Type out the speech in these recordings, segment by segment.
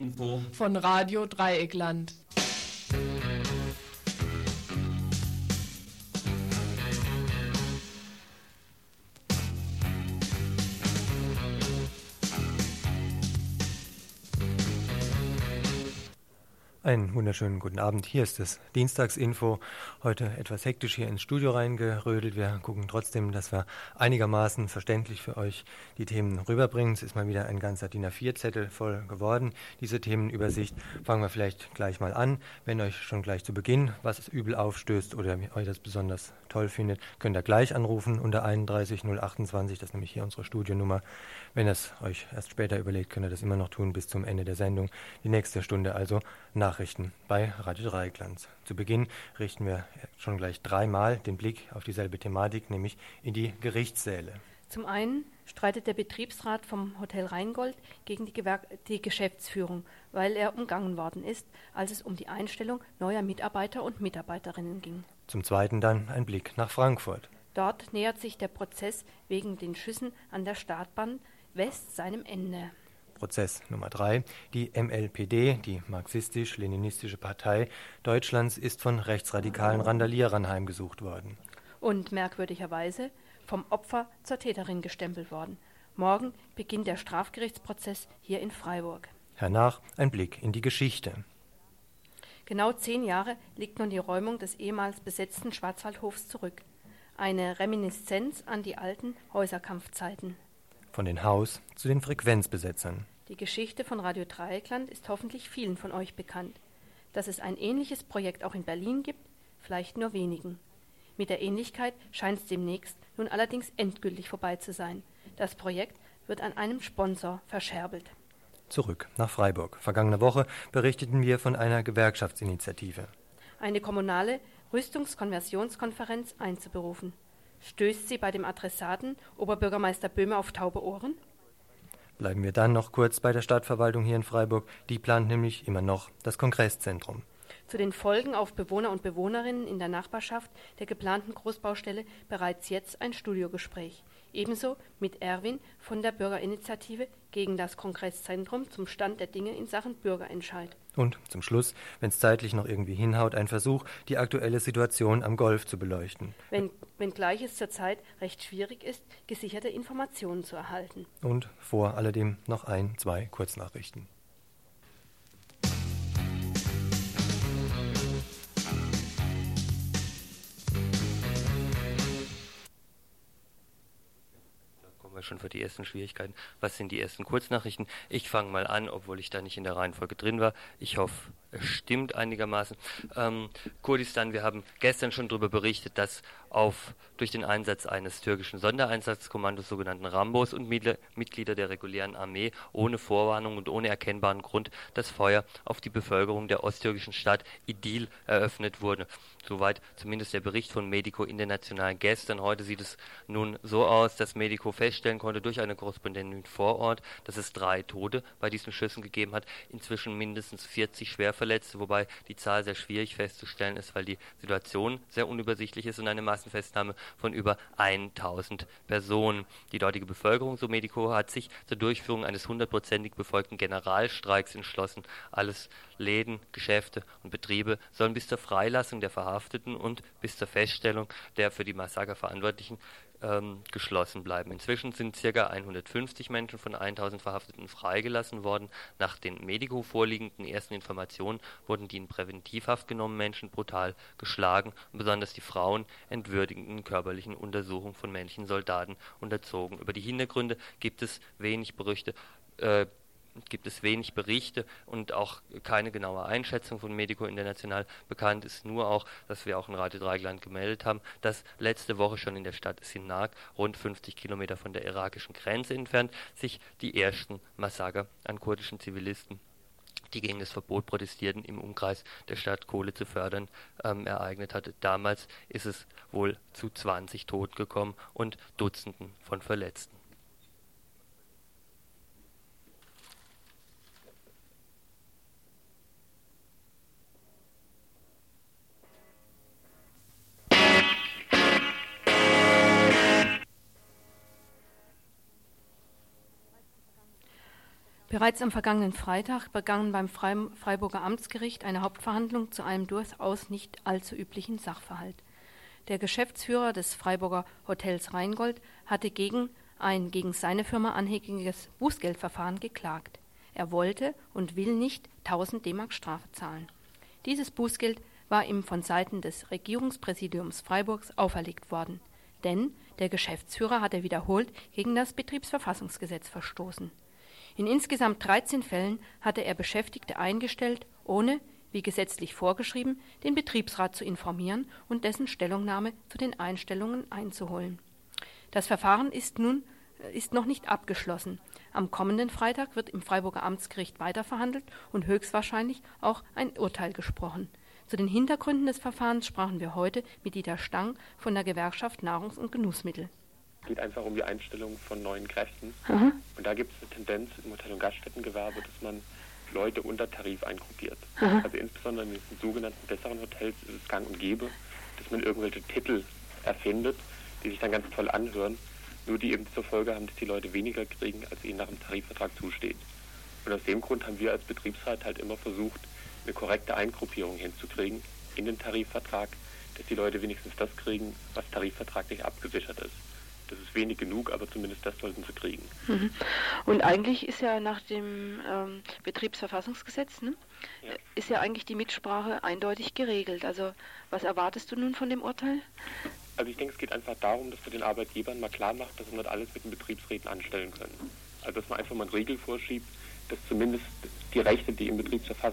Info von Radio Dreieckland. Einen wunderschönen guten Abend. Hier ist das Dienstagsinfo. Heute etwas hektisch hier ins Studio reingerödelt. Wir gucken trotzdem, dass wir einigermaßen verständlich für euch die Themen rüberbringen. Es ist mal wieder ein ganzer DIN A4-Zettel voll geworden. Diese Themenübersicht fangen wir vielleicht gleich mal an. Wenn euch schon gleich zu Beginn was übel aufstößt oder euch das besonders toll findet, könnt ihr gleich anrufen unter 31 028. Das ist nämlich hier unsere Studionummer. Wenn ihr es euch erst später überlegt, könnt ihr das immer noch tun bis zum Ende der Sendung. Die nächste Stunde also Nachrichten bei Radio Dreieckland. Zu Beginn richten wir schon gleich dreimal den Blick auf dieselbe Thematik, nämlich in die Gerichtssäle. Zum einen streitet der Betriebsrat vom Hotel Rheingold gegen die Geschäftsführung, weil er umgangen worden ist, als es um die Einstellung neuer Mitarbeiter und Mitarbeiterinnen ging. Zum zweiten dann ein Blick nach Frankfurt. Dort nähert sich der Prozess wegen den Schüssen an der Startbahn West seinem Ende. Prozess Nummer 3. Die MLPD, die Marxistisch-Leninistische Partei Deutschlands, ist von rechtsradikalen Randalierern heimgesucht worden. Und merkwürdigerweise vom Opfer zur Täterin gestempelt worden. Morgen beginnt der Strafgerichtsprozess hier in Freiburg. Hernach ein Blick in die Geschichte. Genau 10 Jahre liegt nun die Räumung des ehemals besetzten Schwarzwaldhofs zurück. Eine Reminiszenz an die alten Häuserkampfzeiten. Von den Haus- zu den Frequenzbesetzern. Die Geschichte von Radio Dreieckland ist hoffentlich vielen von euch bekannt. Dass es ein ähnliches Projekt auch in Berlin gibt, vielleicht nur wenigen. Mit der Ähnlichkeit scheint es demnächst nun allerdings endgültig vorbei zu sein. Das Projekt wird an einem Sponsor verscherbelt. Zurück nach Freiburg. Vergangene Woche berichteten wir von einer Gewerkschaftsinitiative. Eine kommunale Rüstungskonversionskonferenz einzuberufen. Stößt sie bei dem Adressaten Oberbürgermeister Böhme auf taube Ohren? Bleiben wir dann noch kurz bei der Stadtverwaltung hier in Freiburg. Die plant nämlich immer noch das Kongresszentrum. Zu den Folgen auf Bewohner und Bewohnerinnen in der Nachbarschaft der geplanten Großbaustelle bereits jetzt ein Studiogespräch. Ebenso mit Erwin von der Bürgerinitiative gegen das Kongresszentrum zum Stand der Dinge in Sachen Bürgerentscheid. Und zum Schluss, wenn es zeitlich noch irgendwie hinhaut, ein Versuch, die aktuelle Situation am Golf zu beleuchten. Wenngleich es zurzeit recht schwierig ist, gesicherte Informationen zu erhalten. Und vor alledem noch 2 Kurznachrichten. Schon für die ersten Schwierigkeiten. Was sind die ersten Kurznachrichten? Ich fange mal an, obwohl ich da nicht in der Reihenfolge drin war. Ich hoffe, es stimmt einigermaßen. Kurdistan, wir haben gestern schon darüber berichtet, dass durch den Einsatz eines türkischen Sondereinsatzkommandos, sogenannten Rambos, und Mitglieder der regulären Armee ohne Vorwarnung und ohne erkennbaren Grund das Feuer auf die Bevölkerung der osttürkischen Stadt Idil eröffnet wurde. Soweit zumindest der Bericht von Medico International gestern. Heute sieht es nun so aus, dass Medico feststellen konnte durch eine Korrespondentin vor Ort, dass es 3 Tote bei diesen Schüssen gegeben hat, inzwischen mindestens 40 Schwerverletzte, wobei die Zahl sehr schwierig festzustellen ist, weil die Situation sehr unübersichtlich ist und eine Massenfestnahme von über 1000 Personen. Die dortige Bevölkerung, so Medico, hat sich zur Durchführung eines 100%ig befolgten Generalstreiks entschlossen. Alles Läden, Geschäfte und Betriebe sollen bis zur Freilassung der Verhafteten und bis zur Feststellung der für die Massaker Verantwortlichen geschlossen bleiben. Inzwischen sind ca. 150 Menschen von 1000 Verhafteten freigelassen worden. Nach den Medico vorliegenden ersten Informationen wurden die in Präventivhaft genommenen Menschen brutal geschlagen und besonders die Frauen entwürdigenden körperlichen Untersuchungen von männlichen Soldaten unterzogen. Über die Hintergründe gibt es wenig Berichte und auch keine genaue Einschätzung von Medico International. Bekannt ist nur auch, dass wir auch in Radio Dreieckland gemeldet haben, dass letzte Woche schon in der Stadt Sinak, rund 50 Kilometer von der irakischen Grenze entfernt, sich die ersten Massaker an kurdischen Zivilisten, die gegen das Verbot protestierten, im Umkreis der Stadt Kohle zu fördern, ereignet hatte. Damals ist es wohl zu 20 Toten gekommen und Dutzenden von Verletzten. Bereits am vergangenen Freitag begann beim Freiburger Amtsgericht eine Hauptverhandlung zu einem durchaus nicht allzu üblichen Sachverhalt. Der Geschäftsführer des Freiburger Hotels Rheingold hatte gegen ein gegen seine Firma anhängiges Bußgeldverfahren geklagt. Er wollte und will nicht 1000 D-Mark Strafe zahlen. Dieses Bußgeld war ihm von Seiten des Regierungspräsidiums Freiburgs auferlegt worden, denn der Geschäftsführer hatte wiederholt gegen das Betriebsverfassungsgesetz verstoßen. In insgesamt 13 Fällen hatte er Beschäftigte eingestellt, ohne, wie gesetzlich vorgeschrieben, den Betriebsrat zu informieren und dessen Stellungnahme zu den Einstellungen einzuholen. Das Verfahren ist noch nicht abgeschlossen. Am kommenden Freitag wird im Freiburger Amtsgericht weiterverhandelt und höchstwahrscheinlich auch ein Urteil gesprochen. Zu den Hintergründen des Verfahrens sprachen wir heute mit Dieter Stang von der Gewerkschaft Nahrungs- und Genussmittel. Es geht einfach um die Einstellung von neuen Kräften. Und da gibt es eine Tendenz im Hotel- und Gaststättengewerbe, dass man Leute unter Tarif eingruppiert. Also insbesondere in den sogenannten besseren Hotels ist es gang und gäbe, dass man irgendwelche Titel erfindet, die sich dann ganz toll anhören, nur die eben zur Folge haben, dass die Leute weniger kriegen, als ihnen nach dem Tarifvertrag zusteht. Und aus dem Grund haben wir als Betriebsrat halt immer versucht, eine korrekte Eingruppierung hinzukriegen in den Tarifvertrag, dass die Leute wenigstens das kriegen, was tarifvertraglich abgesichert ist. Das ist wenig genug, aber zumindest das sollten sie kriegen. Und eigentlich ist ja nach dem Betriebsverfassungsgesetz, ist ja eigentlich die Mitsprache eindeutig geregelt. Also was erwartest du nun von dem Urteil? Also ich denke, es geht einfach darum, dass man den Arbeitgebern mal klar macht, dass wir nicht alles mit den Betriebsräten anstellen können. Also dass man einfach mal eine Regel vorschiebt, dass zumindest die Rechte, die im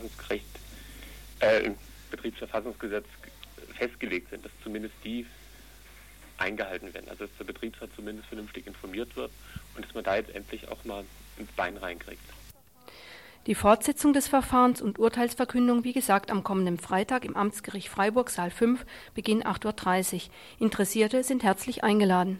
Betriebsverfassungsgesetz festgelegt sind, dass zumindest die eingehalten werden. Also dass der Betriebsrat zumindest vernünftig informiert wird und dass man da jetzt endlich auch mal ins Bein reinkriegt. Die Fortsetzung des Verfahrens und Urteilsverkündung, wie gesagt, am kommenden Freitag im Amtsgericht Freiburg, Saal 5, Beginn 8.30 Uhr. Interessierte sind herzlich eingeladen.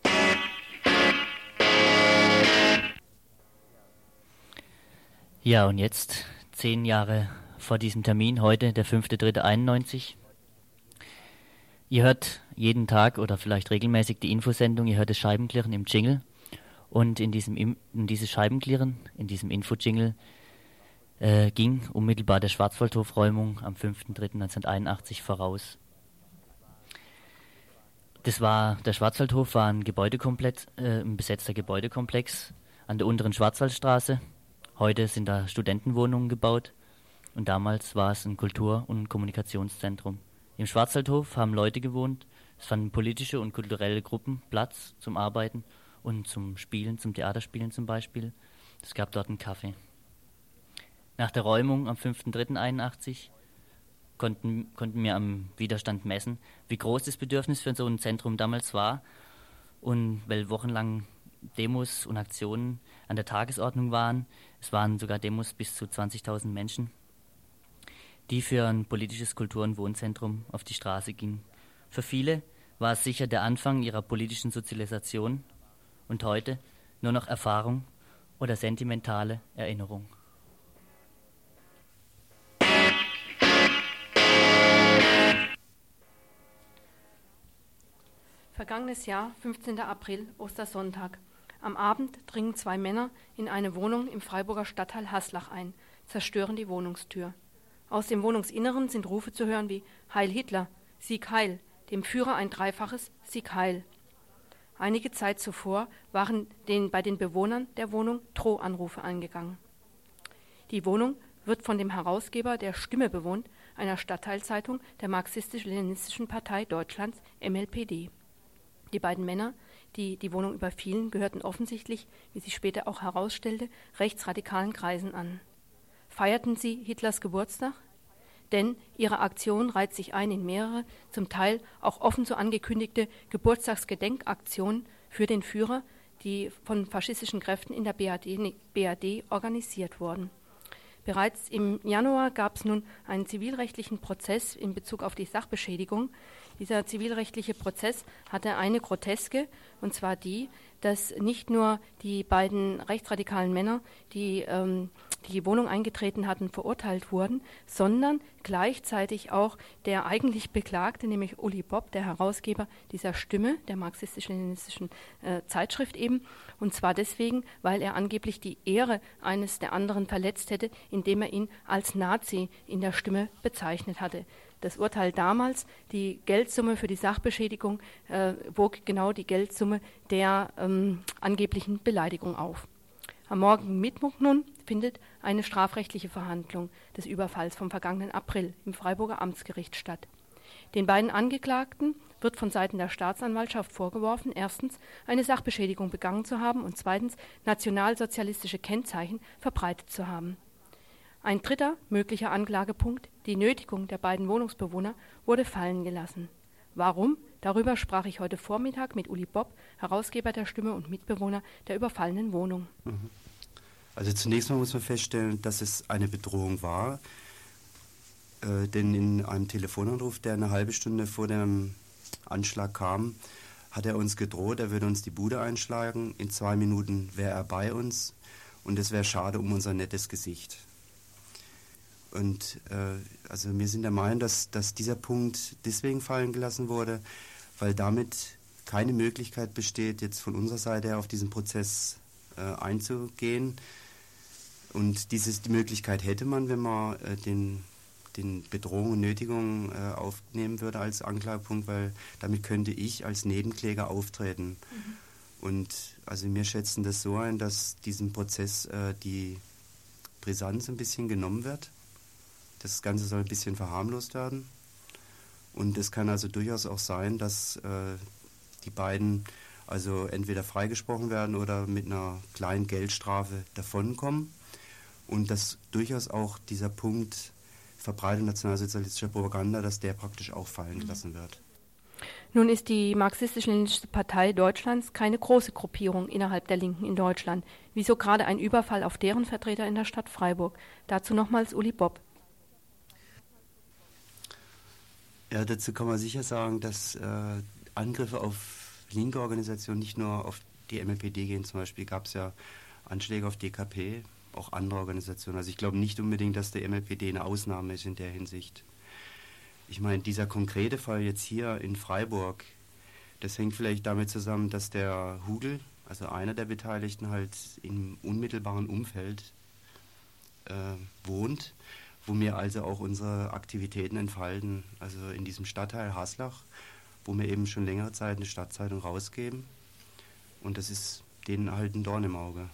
Ja, und jetzt, 10 Jahre vor diesem Termin, heute, der 5.3.91. Ihr hört jeden Tag oder vielleicht regelmäßig die Infosendung, ihr hört das Scheibenklirren im Jingle. Und in diesem Scheibenklirren, in diesem Info-Jingle, ging unmittelbar der Schwarzwaldhof-Räumung am 5.3.1981 voraus. Der Schwarzwaldhof war ein Gebäudekomplex, ein besetzter Gebäudekomplex an der unteren Schwarzwaldstraße. Heute sind da Studentenwohnungen gebaut und damals war es ein Kultur- und Kommunikationszentrum. Im Schwarzwaldhof haben Leute gewohnt, es fanden politische und kulturelle Gruppen Platz zum Arbeiten und zum Spielen, zum Theaterspielen zum Beispiel. Es gab dort einen Kaffee. Nach der Räumung am 5.3.81 konnten wir am Widerstand messen, wie groß das Bedürfnis für so ein Zentrum damals war und weil wochenlang Demos und Aktionen an der Tagesordnung waren. Es waren sogar Demos bis zu 20.000 Menschen, die für ein politisches Kultur- und Wohnzentrum auf die Straße gingen. Für viele war es sicher der Anfang ihrer politischen Sozialisation und heute nur noch Erfahrung oder sentimentale Erinnerung. Vergangenes Jahr, 15. April, Ostersonntag. Am Abend dringen 2 Männer in eine Wohnung im Freiburger Stadtteil Haslach ein, zerstören die Wohnungstür. Aus dem Wohnungsinneren sind Rufe zu hören wie »Heil Hitler«, »Sieg Heil«, dem Führer ein dreifaches »Sieg Heil«. Einige Zeit zuvor waren bei den Bewohnern der Wohnung Drohanrufe eingegangen. Die Wohnung wird von dem Herausgeber der Stimme bewohnt, einer Stadtteilzeitung der Marxistisch-Leninistischen Partei Deutschlands, MLPD. Die beiden Männer, die die Wohnung überfielen, gehörten offensichtlich, wie sich später auch herausstellte, rechtsradikalen Kreisen an. Feierten sie Hitlers Geburtstag? Denn ihre Aktion reiht sich ein in mehrere, zum Teil auch offen so angekündigte Geburtstagsgedenkaktionen für den Führer, die von faschistischen Kräften in der BRD organisiert wurden. Bereits im Januar gab es nun einen zivilrechtlichen Prozess in Bezug auf die Sachbeschädigung. Dieser zivilrechtliche Prozess hatte eine Groteske, und zwar die, dass nicht nur die beiden rechtsradikalen Männer, die die Wohnung eingetreten hatten, verurteilt wurden, sondern gleichzeitig auch der eigentlich Beklagte, nämlich Uli Bopp, der Herausgeber dieser Stimme, der marxistisch-leninistischen Zeitschrift eben, und zwar deswegen, weil er angeblich die Ehre eines der anderen verletzt hätte, indem er ihn als Nazi in der Stimme bezeichnet hatte. Das Urteil damals, die Geldsumme für die Sachbeschädigung, wog genau die Geldsumme der angeblichen Beleidigung auf. Am morgigen Mittwoch nun findet eine strafrechtliche Verhandlung des Überfalls vom vergangenen April im Freiburger Amtsgericht statt. Den beiden Angeklagten wird von Seiten der Staatsanwaltschaft vorgeworfen, erstens eine Sachbeschädigung begangen zu haben und zweitens nationalsozialistische Kennzeichen verbreitet zu haben. Ein dritter möglicher Anklagepunkt, die Nötigung der beiden Wohnungsbewohner, wurde fallen gelassen. Warum? Darüber sprach ich heute Vormittag mit Uli Bopp, Herausgeber der Stimme und Mitbewohner der überfallenen Wohnung. Also zunächst mal muss man feststellen, dass es eine Bedrohung war, denn in einem Telefonanruf, der eine halbe Stunde vor dem Anschlag kam, hat er uns gedroht, er würde uns die Bude einschlagen, in 2 Minuten wäre er bei uns und es wäre schade um unser nettes Gesicht. Und also wir sind der Meinung, dass dieser Punkt deswegen fallen gelassen wurde, weil damit keine Möglichkeit besteht, jetzt von unserer Seite her auf diesen Prozess einzugehen. Und die Möglichkeit hätte man, wenn man den Bedrohungen und Nötigungen aufnehmen würde als Anklagepunkt, weil damit könnte ich als Nebenkläger auftreten. Und also wir schätzen das so ein, dass diesem Prozess die Brisanz ein bisschen genommen wird. Das Ganze soll ein bisschen verharmlost werden. Und es kann also durchaus auch sein, dass die beiden also entweder freigesprochen werden oder mit einer kleinen Geldstrafe davonkommen. Und dass durchaus auch dieser Punkt Verbreitung nationalsozialistischer Propaganda, dass der praktisch auch fallen gelassen wird. Nun ist die Marxistisch-Leninistische Partei Deutschlands keine große Gruppierung innerhalb der Linken in Deutschland. Wieso gerade ein Überfall auf deren Vertreter in der Stadt Freiburg? Dazu nochmals Uli Bopp. Ja, dazu kann man sicher sagen, dass Angriffe auf linke Organisationen nicht nur auf die MLPD gehen. Zum Beispiel gab es ja Anschläge auf DKP, auch andere Organisationen. Also ich glaube nicht unbedingt, dass der MLPD eine Ausnahme ist in der Hinsicht. Ich meine, dieser konkrete Fall jetzt hier in Freiburg, das hängt vielleicht damit zusammen, dass der Hugel, also einer der Beteiligten, halt im unmittelbaren Umfeld wohnt, wo wir also auch unsere Aktivitäten entfalten, also in diesem Stadtteil Haslach, wo wir eben schon längere Zeit eine Stadtzeitung rausgeben. Und das ist denen halt ein Dorn im Auge.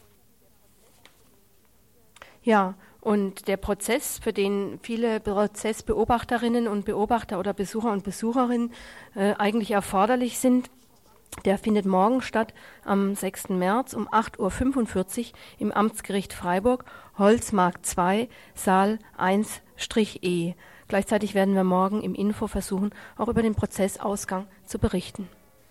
Ja, und der Prozess, für den viele Prozessbeobachterinnen und Beobachter oder Besucher und Besucherinnen eigentlich erforderlich sind, der findet morgen statt, am 6. März um 8.45 Uhr im Amtsgericht Freiburg, Holzmarkt 2, Saal 1-E. Gleichzeitig werden wir morgen im Info versuchen, auch über den Prozessausgang zu berichten.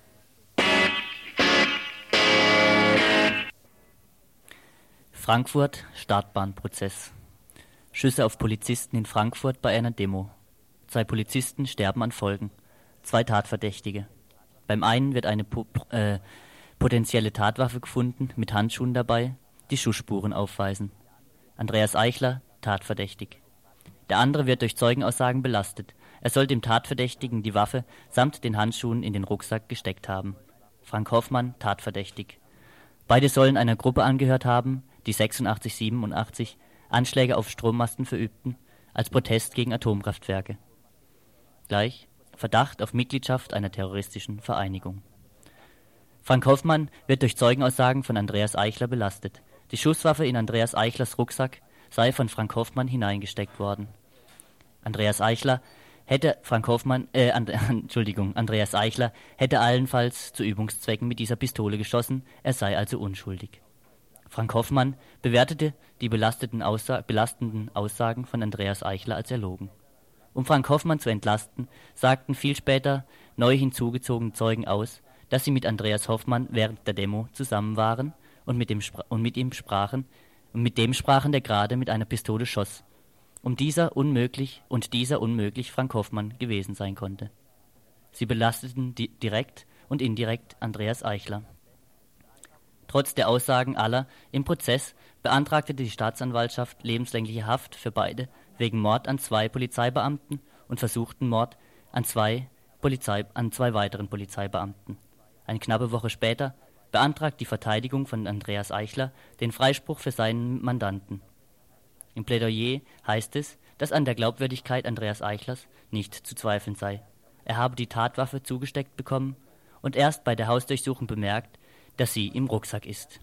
Frankfurt, Startbahnprozess. Schüsse auf Polizisten in Frankfurt bei einer Demo. 2 Polizisten sterben an Folgen. 2 Tatverdächtige. Beim einen wird eine potenzielle Tatwaffe gefunden, mit Handschuhen dabei, die Schussspuren aufweisen. Andreas Eichler, tatverdächtig. Der andere wird durch Zeugenaussagen belastet. Er soll dem Tatverdächtigen die Waffe samt den Handschuhen in den Rucksack gesteckt haben. Frank Hoffmann, tatverdächtig. Beide sollen einer Gruppe angehört haben, die 86 Anschläge auf Strommasten verübten, als Protest gegen Atomkraftwerke. Gleich Verdacht auf Mitgliedschaft einer terroristischen Vereinigung. Frank Hoffmann wird durch Zeugenaussagen von Andreas Eichler belastet. Die Schusswaffe in Andreas Eichlers Rucksack sei von Frank Hoffmann hineingesteckt worden. Andreas Eichler hätte allenfalls zu Übungszwecken mit dieser Pistole geschossen, er sei also unschuldig. Frank Hoffmann bewertete die belastenden Aussagen von Andreas Eichler als erlogen. Um Frank Hoffmann zu entlasten, sagten viel später neu hinzugezogene Zeugen aus, dass sie mit Andreas Hoffmann während der Demo zusammen waren und mit dem sprachen, der gerade mit einer Pistole schoss, und dieser unmöglich Frank Hoffmann gewesen sein konnte. Sie belasteten direkt und indirekt Andreas Eichler. Trotz der Aussagen aller im Prozess beantragte die Staatsanwaltschaft lebenslängliche Haft für beide wegen Mord an 2 Polizeibeamten und versuchten Mord an zwei weiteren Polizeibeamten. Eine knappe Woche später beantragt die Verteidigung von Andreas Eichler den Freispruch für seinen Mandanten. Im Plädoyer heißt es, dass an der Glaubwürdigkeit Andreas Eichlers nicht zu zweifeln sei. Er habe die Tatwaffe zugesteckt bekommen und erst bei der Hausdurchsuchung bemerkt, dass sie im Rucksack ist.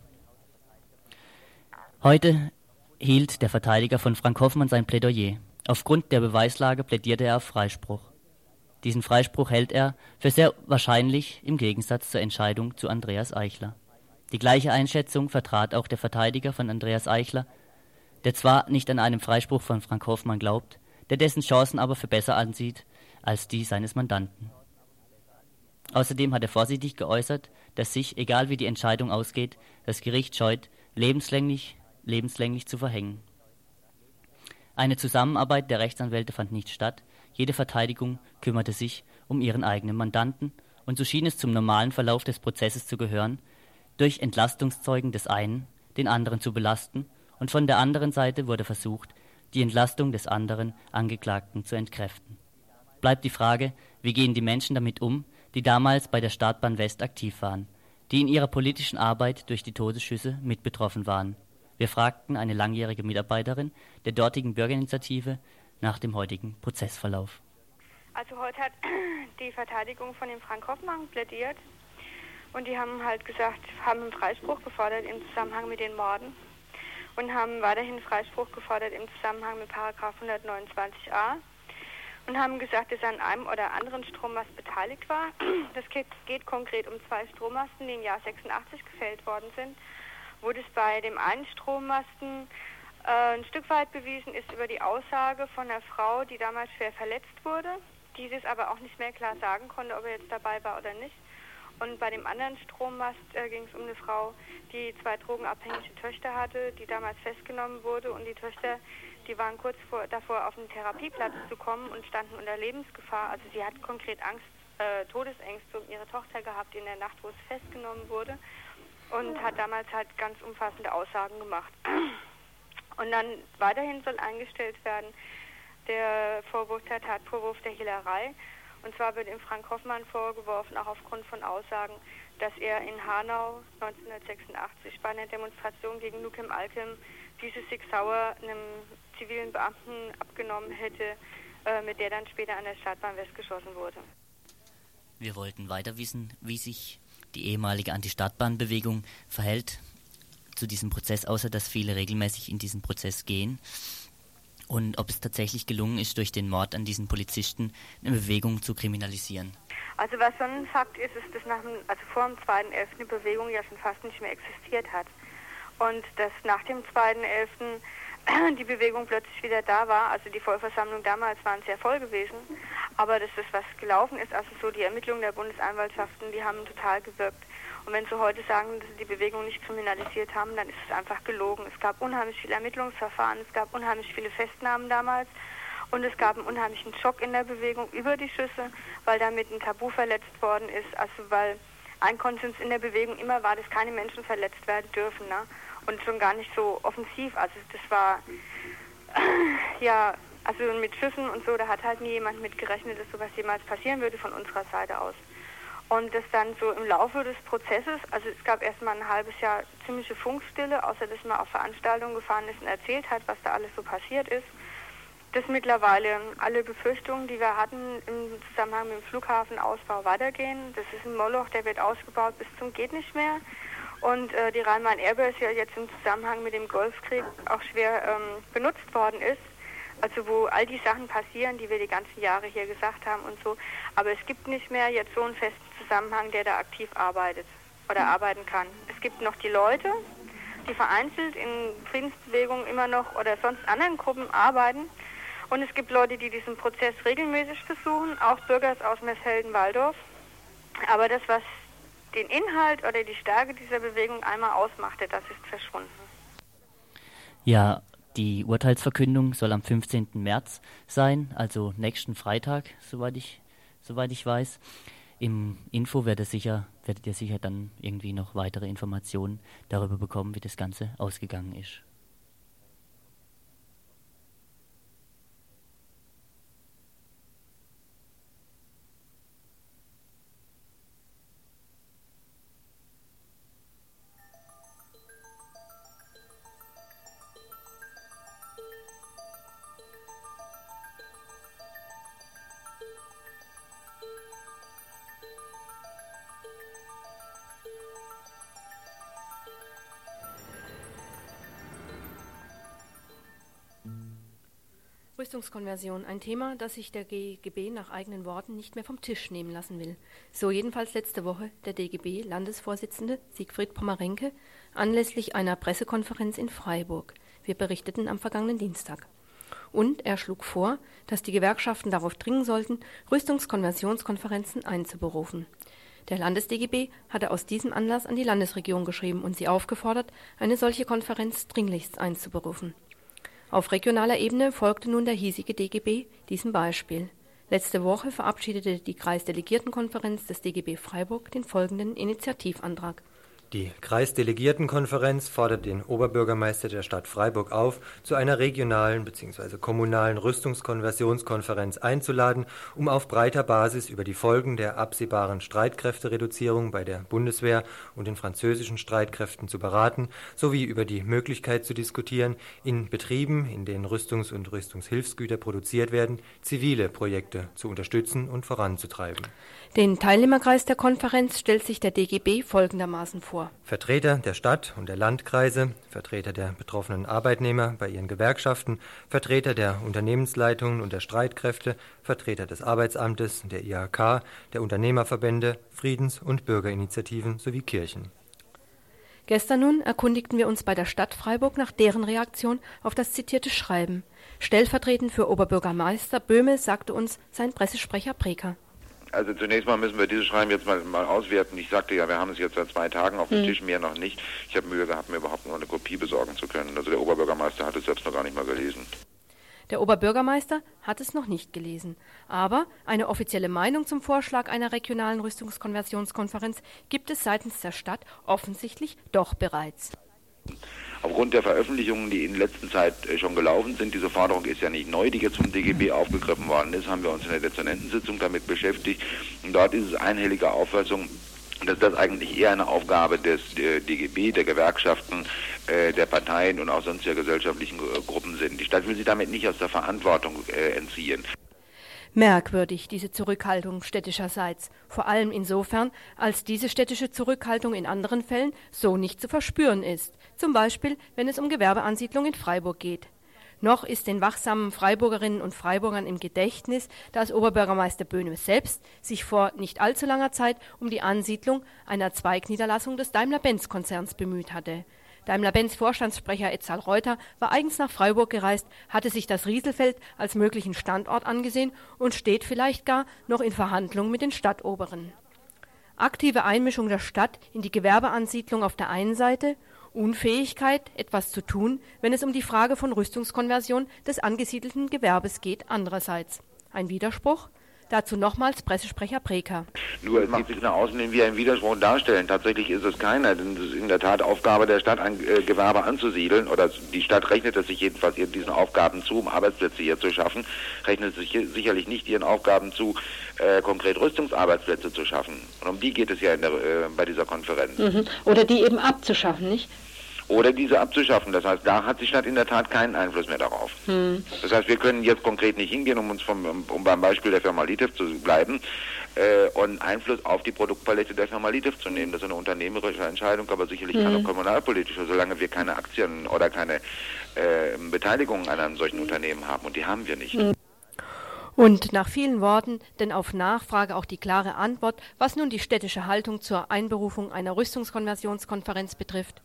Heute hielt der Verteidiger von Frank Hoffmann sein Plädoyer. Aufgrund der Beweislage plädierte er auf Freispruch. Diesen Freispruch hält er für sehr wahrscheinlich im Gegensatz zur Entscheidung zu Andreas Eichler. Die gleiche Einschätzung vertrat auch der Verteidiger von Andreas Eichler, der zwar nicht an einen Freispruch von Frank Hoffmann glaubt, der dessen Chancen aber für besser ansieht als die seines Mandanten. Außerdem hat er vorsichtig geäußert, dass sich, egal wie die Entscheidung ausgeht, das Gericht scheut, lebenslänglich zu verhängen. Eine Zusammenarbeit der Rechtsanwälte fand nicht statt, jede Verteidigung kümmerte sich um ihren eigenen Mandanten und so schien es zum normalen Verlauf des Prozesses zu gehören, durch Entlastungszeugen des einen den anderen zu belasten und von der anderen Seite wurde versucht, die Entlastung des anderen Angeklagten zu entkräften. Bleibt die Frage, wie gehen die Menschen damit um, die damals bei der Startbahn West aktiv waren, die in ihrer politischen Arbeit durch die Todesschüsse mit betroffen waren. Wir fragten eine langjährige Mitarbeiterin der dortigen Bürgerinitiative nach dem heutigen Prozessverlauf. Also heute hat die Verteidigung von dem Frank Hoffmann plädiert und die haben halt gesagt, haben einen Freispruch gefordert im Zusammenhang mit den Morden und haben weiterhin Freispruch gefordert im Zusammenhang mit Paragraph 129a und haben gesagt, dass an einem oder anderen Strommast beteiligt war. Das geht konkret um 2 Strommasten, die im Jahr 86 gefällt worden sind, wo das bei dem einen Strommasten ein Stück weit bewiesen ist über die Aussage von einer Frau, die damals schwer verletzt wurde, die es aber auch nicht mehr klar sagen konnte, ob er jetzt dabei war oder nicht. Und bei dem anderen Strommast ging es um eine Frau, die 2 drogenabhängige Töchter hatte, die damals festgenommen wurde. Und die Töchter, die waren kurz davor, auf den Therapieplatz zu kommen und standen unter Lebensgefahr. Also sie hat konkret Angst, Todesängste um ihre Tochter gehabt in der Nacht, wo es festgenommen wurde. Und hat damals halt ganz umfassende Aussagen gemacht. Und dann weiterhin soll eingestellt werden der Tatvorwurf der Hehlerei. Und zwar wird dem Frank Hoffmann vorgeworfen, auch aufgrund von Aussagen, dass er in Hanau 1986 bei einer Demonstration gegen Nukem Alkem diese Sig Sauer einem zivilen Beamten abgenommen hätte, mit der dann später an der Startbahn West geschossen wurde. Wir wollten weiter wissen, wie sich die ehemalige Anti-Startbahn-Bewegung verhält zu diesem Prozess, außer dass viele regelmäßig in diesen Prozess gehen. Und ob es tatsächlich gelungen ist, durch den Mord an diesen Polizisten eine Bewegung zu kriminalisieren. Also was schon ein Fakt ist, ist, dass vor dem 2.11. eine Bewegung ja schon fast nicht mehr existiert hat. Und dass nach dem 2.11. die Bewegung plötzlich wieder da war. Also die Vollversammlung damals waren sehr voll gewesen. Aber dass das, was gelaufen ist, also so die Ermittlungen der Bundesanwaltschaften, die haben total gewirkt. Und wenn Sie heute sagen, dass Sie die Bewegung nicht kriminalisiert haben, dann ist es einfach gelogen. Es gab unheimlich viele Ermittlungsverfahren, es gab unheimlich viele Festnahmen damals und es gab einen unheimlichen Schock in der Bewegung über die Schüsse, weil damit ein Tabu verletzt worden ist. Also weil ein Konsens in der Bewegung immer war, dass keine Menschen verletzt werden dürfen. Ne? Und schon gar nicht so offensiv. Also das war, also mit Schüssen und so, da hat halt nie jemand mit gerechnet, dass sowas jemals passieren würde von unserer Seite aus. Und das dann so im Laufe des Prozesses, also es gab erstmal ein halbes Jahr ziemliche Funkstille, außer dass man auf Veranstaltungen gefahren ist und erzählt hat, was da alles so passiert ist. Dass mittlerweile alle Befürchtungen, die wir hatten im Zusammenhang mit dem Flughafenausbau weitergehen. Das ist ein Moloch, der wird ausgebaut bis zum geht nicht mehr. Und die Rhein-Main-Airbus ja jetzt im Zusammenhang mit dem Golfkrieg auch schwer benutzt worden ist. Also wo all die Sachen passieren, die wir die ganzen Jahre hier gesagt haben und so. Aber es gibt nicht mehr jetzt so einen festen Zusammenhang, der da aktiv arbeitet oder arbeiten kann. Es gibt noch die Leute, die vereinzelt in Friedensbewegungen immer noch oder sonst anderen Gruppen arbeiten. Und es gibt Leute, die diesen Prozess regelmäßig besuchen, auch Bürger aus Meßfelden-Walldorf. Aber das, was den Inhalt oder die Stärke dieser Bewegung einmal ausmachte, das ist verschwunden. Ja, die Urteilsverkündung soll am 15. März sein, also nächsten Freitag, soweit ich weiß. Im Info werdet ihr sicher dann irgendwie noch weitere Informationen darüber bekommen, wie das Ganze ausgegangen ist. Rüstungskonversion, ein Thema, das sich der DGB nach eigenen Worten nicht mehr vom Tisch nehmen lassen will. So jedenfalls letzte Woche der DGB-Landesvorsitzende Siegfried Pommerenke anlässlich einer Pressekonferenz in Freiburg. Wir berichteten am vergangenen Dienstag. Und er schlug vor, dass die Gewerkschaften darauf dringen sollten, Rüstungskonversionskonferenzen einzuberufen. Der Landes-DGB hatte aus diesem Anlass an die Landesregierung geschrieben und sie aufgefordert, eine solche Konferenz dringlichst einzuberufen. Auf regionaler Ebene folgte nun der hiesige DGB diesem Beispiel. Letzte Woche verabschiedete die Kreisdelegiertenkonferenz des DGB Freiburg den folgenden Initiativantrag. Die Kreisdelegiertenkonferenz fordert den Oberbürgermeister der Stadt Freiburg auf, zu einer regionalen bzw. kommunalen Rüstungskonversionskonferenz einzuladen, um auf breiter Basis über die Folgen der absehbaren Streitkräftereduzierung bei der Bundeswehr und den französischen Streitkräften zu beraten, sowie über die Möglichkeit zu diskutieren, in Betrieben, in denen Rüstungs- und Rüstungshilfsgüter produziert werden, zivile Projekte zu unterstützen und voranzutreiben. Den Teilnehmerkreis der Konferenz stellt sich der DGB folgendermaßen vor. Vertreter der Stadt und der Landkreise, Vertreter der betroffenen Arbeitnehmer bei ihren Gewerkschaften, Vertreter der Unternehmensleitungen und der Streitkräfte, Vertreter des Arbeitsamtes, der IHK, der Unternehmerverbände, Friedens- und Bürgerinitiativen sowie Kirchen. Gestern nun erkundigten wir uns bei der Stadt Freiburg nach deren Reaktion auf das zitierte Schreiben. Stellvertretend für Oberbürgermeister Böhme sagte uns sein Pressesprecher Preker. Also zunächst mal müssen wir dieses Schreiben jetzt mal auswerten. Ich sagte ja, wir haben es jetzt seit 2 Tagen auf dem Tisch, mehr noch nicht. Ich habe Mühe gehabt, mir überhaupt noch eine Kopie besorgen zu können. Also der Oberbürgermeister hat es selbst noch gar nicht mal gelesen. Der Oberbürgermeister hat es noch nicht gelesen. Aber eine offizielle Meinung zum Vorschlag einer regionalen Rüstungskonversionskonferenz gibt es seitens der Stadt offensichtlich doch bereits. Aufgrund der Veröffentlichungen, die in letzter Zeit schon gelaufen sind, diese Forderung ist ja nicht neu, die jetzt vom DGB aufgegriffen worden ist, haben wir uns in der Dezernentensitzung damit beschäftigt. Und dort ist es einhellige Auffassung, dass das eigentlich eher eine Aufgabe des DGB, der Gewerkschaften, der Parteien und auch sonstiger gesellschaftlichen Gruppen sind. Die Stadt will sie damit nicht aus der Verantwortung entziehen. Merkwürdig, diese Zurückhaltung städtischerseits, vor allem insofern, als diese städtische Zurückhaltung in anderen Fällen so nicht zu verspüren ist, zum Beispiel, wenn es um Gewerbeansiedlung in Freiburg geht. Noch ist den wachsamen Freiburgerinnen und Freiburgern im Gedächtnis, dass Oberbürgermeister Böhme selbst sich vor nicht allzu langer Zeit um die Ansiedlung einer Zweigniederlassung des Daimler-Benz-Konzerns bemüht hatte. Daimler-Benz-Vorstandssprecher Etzal Reuter war eigens nach Freiburg gereist, hatte sich das Rieselfeld als möglichen Standort angesehen und steht vielleicht gar noch in Verhandlungen mit den Stadtoberen. Aktive Einmischung der Stadt in die Gewerbeansiedlung auf der einen Seite, Unfähigkeit, etwas zu tun, wenn es um die Frage von Rüstungskonversion des angesiedelten Gewerbes geht, andererseits. Ein Widerspruch? Dazu nochmals Pressesprecher Preker. Nur es gibt sich nach außen hin wie ein Widerspruch darstellen. Tatsächlich ist es keiner, denn es ist in der Tat Aufgabe der Stadt, ein Gewerbe anzusiedeln. Oder die Stadt rechnet es sich jedenfalls diesen Aufgaben zu, um Arbeitsplätze hier zu schaffen. Rechnet es sich sicherlich nicht ihren Aufgaben zu, konkret Rüstungsarbeitsplätze zu schaffen. Und um die geht es ja bei dieser Konferenz. Oder die eben abzuschaffen, nicht? Oder diese abzuschaffen. Das heißt, da hat die Stadt in der Tat keinen Einfluss mehr darauf. Das heißt, wir können jetzt konkret nicht hingehen, um beim Beispiel der Firma Litev zu bleiben, und Einfluss auf die Produktpalette der Firma Litev zu nehmen. Das ist eine unternehmerische Entscheidung, aber sicherlich keine kommunalpolitische, solange wir keine Aktien oder keine Beteiligungen an einem solchen Unternehmen haben. Und die haben wir nicht. Und nach vielen Worten, denn auf Nachfrage auch die klare Antwort, was nun die städtische Haltung zur Einberufung einer Rüstungskonversionskonferenz betrifft.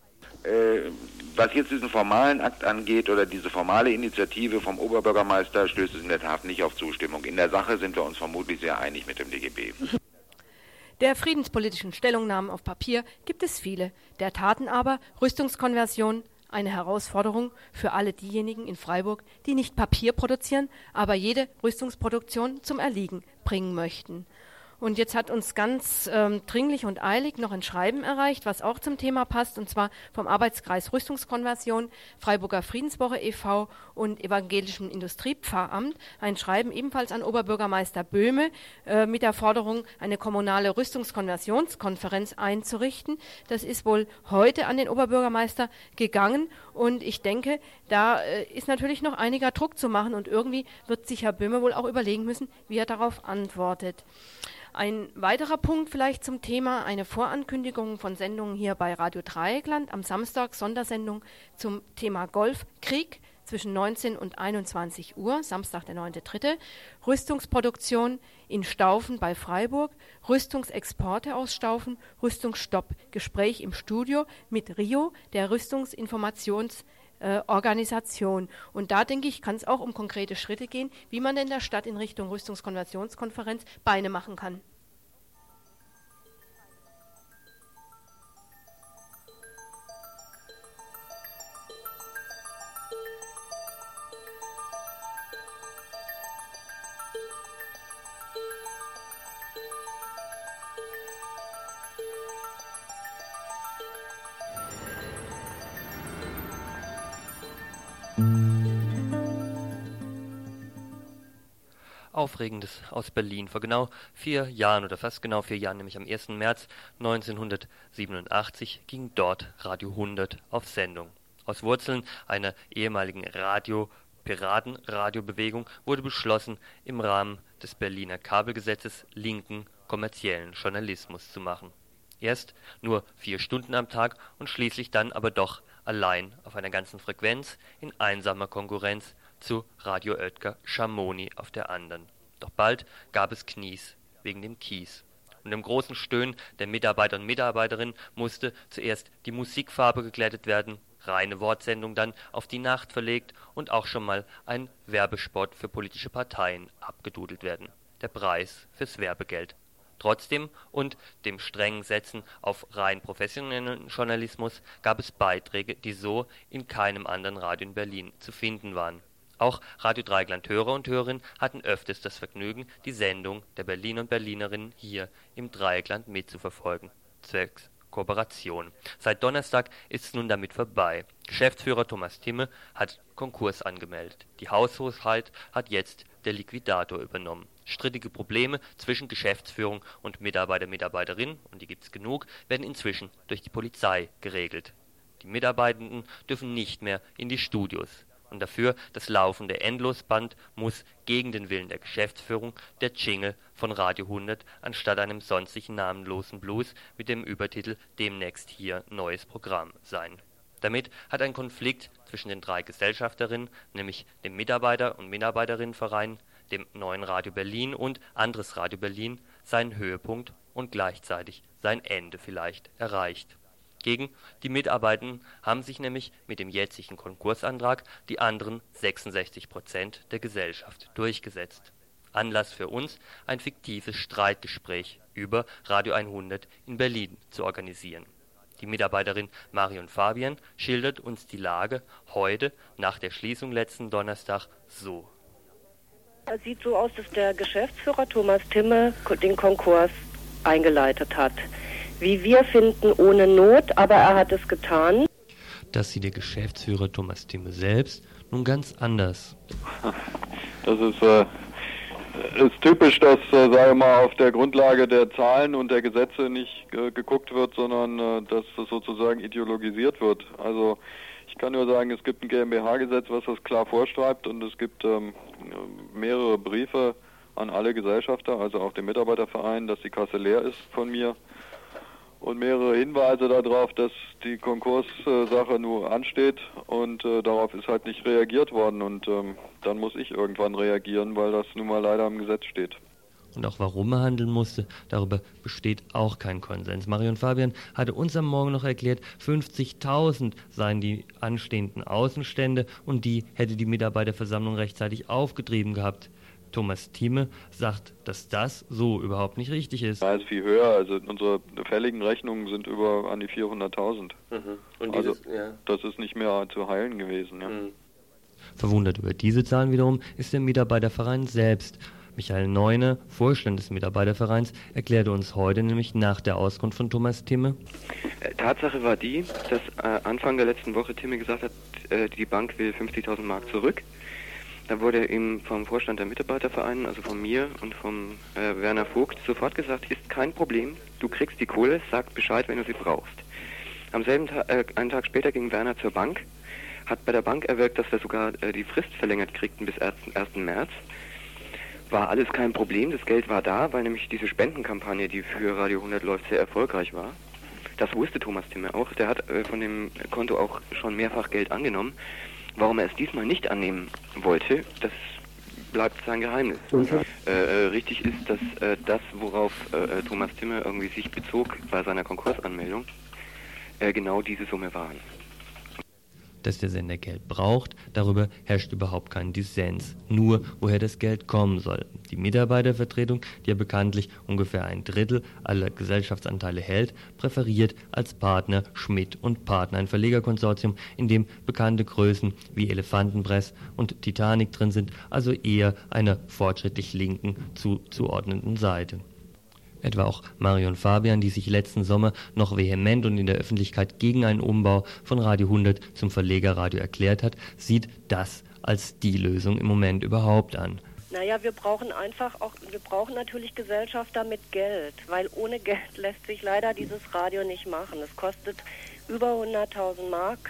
Was jetzt diesen formalen Akt angeht oder diese formale Initiative vom Oberbürgermeister, stößt es in der Tat nicht auf Zustimmung. In der Sache sind wir uns vermutlich sehr einig mit dem DGB. Der friedenspolitischen Stellungnahmen auf Papier gibt es viele. Der Taten aber, Rüstungskonversion, eine Herausforderung für alle diejenigen in Freiburg, die nicht Papier produzieren, aber jede Rüstungsproduktion zum Erliegen bringen möchten. Und jetzt hat uns ganz dringlich und eilig noch ein Schreiben erreicht, was auch zum Thema passt, und zwar vom Arbeitskreis Rüstungskonversion, Freiburger Friedenswoche e.V. und Evangelischem Industriepfarramt. Ein Schreiben ebenfalls an Oberbürgermeister Böhme mit der Forderung, eine kommunale Rüstungskonversionskonferenz einzurichten. Das ist wohl heute an den Oberbürgermeister gegangen, und ich denke, da ist natürlich noch einiger Druck zu machen, und irgendwie wird sich Herr Böhme wohl auch überlegen müssen, wie er darauf antwortet. Ein weiterer Punkt vielleicht zum Thema, eine Vorankündigung von Sendungen hier bei Radio Dreieckland. Am Samstag Sondersendung zum Thema Golfkrieg zwischen 19 und 21 Uhr, Samstag der 9.3. Rüstungsproduktion in Staufen bei Freiburg, Rüstungsexporte aus Staufen, Rüstungsstopp, Gespräch im Studio mit RIO, der Rüstungsinformationsorganisation. Und da, denke ich, kann es auch um konkrete Schritte gehen, wie man in der Stadt in Richtung Rüstungskonversionskonferenz Beine machen kann. Aufregendes aus Berlin. Vor genau 4 Jahren oder fast genau 4 Jahren, nämlich am 1. März 1987, ging dort Radio 100 auf Sendung. Aus Wurzeln einer ehemaligen Piratenradiobewegung wurde beschlossen, im Rahmen des Berliner Kabelgesetzes linken kommerziellen Journalismus zu machen. Erst nur 4 Stunden am Tag und schließlich dann aber doch allein auf einer ganzen Frequenz in einsamer Konkurrenz zu Radio Oetker Schamoni auf der anderen. Doch bald gab es Knies wegen dem Kies. Und im großen Stöhnen der Mitarbeiter und Mitarbeiterinnen musste zuerst die Musikfarbe geglättet werden, reine Wortsendung dann auf die Nacht verlegt und auch schon mal ein Werbespot für politische Parteien abgedudelt werden. Der Preis fürs Werbegeld. Trotzdem und dem strengen Setzen auf rein professionellen Journalismus gab es Beiträge, die so in keinem anderen Radio in Berlin zu finden waren. Auch Radio Dreieckland-Hörer und Hörerinnen hatten öfters das Vergnügen, die Sendung der Berliner und Berlinerinnen hier im Dreieckland mitzuverfolgen. Zwecks Kooperation. Seit Donnerstag ist es nun damit vorbei. Geschäftsführer Thomas Timme hat Konkurs angemeldet. Die Haushoheit hat jetzt der Liquidator übernommen. Strittige Probleme zwischen Geschäftsführung und Mitarbeiterinnen, und die gibt's genug, werden inzwischen durch die Polizei geregelt. Die Mitarbeitenden dürfen nicht mehr in die Studios. Und dafür das laufende Endlosband muss gegen den Willen der Geschäftsführung der Jingle von Radio 100 anstatt einem sonstigen namenlosen Blues mit dem Übertitel Demnächst hier neues Programm sein. Damit hat ein Konflikt zwischen den 3 Gesellschafterinnen, nämlich dem Mitarbeiter- und Mitarbeiterinnenverein, dem Neuen Radio Berlin und Anderes Radio Berlin, seinen Höhepunkt und gleichzeitig sein Ende vielleicht erreicht. Gegen die Mitarbeitenden haben sich nämlich mit dem jetzigen Konkursantrag die anderen 66% der Gesellschaft durchgesetzt. Anlass für uns, ein fiktives Streitgespräch über Radio 100 in Berlin zu organisieren. Die Mitarbeiterin Marion Fabian schildert uns die Lage heute nach der Schließung letzten Donnerstag so. Es sieht so aus, dass der Geschäftsführer Thomas Timme den Konkurs eingeleitet hat. Wie wir finden, ohne Not, aber er hat es getan. Das sieht der Geschäftsführer Thomas Timme selbst nun ganz anders. Das ist typisch, dass, sagen wir mal, auf der Grundlage der Zahlen und der Gesetze nicht geguckt wird, sondern dass das sozusagen ideologisiert wird. Also ich kann nur sagen, es gibt ein GmbH-Gesetz, was das klar vorschreibt, und es gibt mehrere Briefe an alle Gesellschafter, also auch den Mitarbeiterverein, dass die Kasse leer ist von mir. Und mehrere Hinweise darauf, dass die Konkurssache nur ansteht, und darauf ist halt nicht reagiert worden, und dann muss ich irgendwann reagieren, weil das nun mal leider im Gesetz steht. Und auch warum er handeln musste, darüber besteht auch kein Konsens. Marion Fabian hatte uns am Morgen noch erklärt, 50.000 seien die anstehenden Außenstände, und die hätte die Mitarbeiterversammlung rechtzeitig aufgetrieben gehabt. Thomas Timme sagt, dass das so überhaupt nicht richtig ist. Ja, ist viel höher. Also unsere fälligen Rechnungen sind über an die 400.000. Und also das ist nicht mehr zu heilen gewesen. Ja. Verwundert über diese Zahlen wiederum ist der Mitarbeiterverein selbst. Michael Neune, Vorstand des Mitarbeitervereins, erklärte uns heute nämlich nach der Auskunft von Thomas Thimme. Tatsache war die, dass Anfang der letzten Woche Thimme gesagt hat, die Bank will 50.000 Mark zurück. Da wurde ihm vom Vorstand der Mitarbeitervereine, also von mir und vom Werner Vogt, sofort gesagt, ist kein Problem, du kriegst die Kohle, sag Bescheid, wenn du sie brauchst. Am selben Tag, einen Tag später ging Werner zur Bank, hat bei der Bank erwirkt, dass wir sogar die Frist verlängert kriegten bis 1. März. War alles kein Problem, das Geld war da, weil nämlich diese Spendenkampagne, die für Radio 100 läuft, sehr erfolgreich war. Das wusste Thomas Thimme auch, der hat von dem Konto auch schon mehrfach Geld angenommen. Warum er es diesmal nicht annehmen wollte, das bleibt sein Geheimnis. Richtig ist, dass das, worauf Thomas Thimme irgendwie sich bezog bei seiner Konkursanmeldung, genau diese Summe waren. Dass der Sender Geld braucht, darüber herrscht überhaupt kein Dissens. Nur, woher das Geld kommen soll. Die Mitarbeitervertretung, die ja bekanntlich ungefähr 1/3 aller Gesellschaftsanteile hält, präferiert als Partner Schmidt & Partner, ein Verlegerkonsortium, in dem bekannte Größen wie Elefantenpress und Titanic drin sind, also eher einer fortschrittlich linken zuzuordnenden Seite. Etwa auch Marion Fabian, die sich letzten Sommer noch vehement und in der Öffentlichkeit gegen einen Umbau von Radio 100 zum Verlegerradio erklärt hat, sieht das als die Lösung im Moment überhaupt an. Naja, wir brauchen natürlich Gesellschafter mit Geld, weil ohne Geld lässt sich leider dieses Radio nicht machen. Es kostet über 100.000 Mark.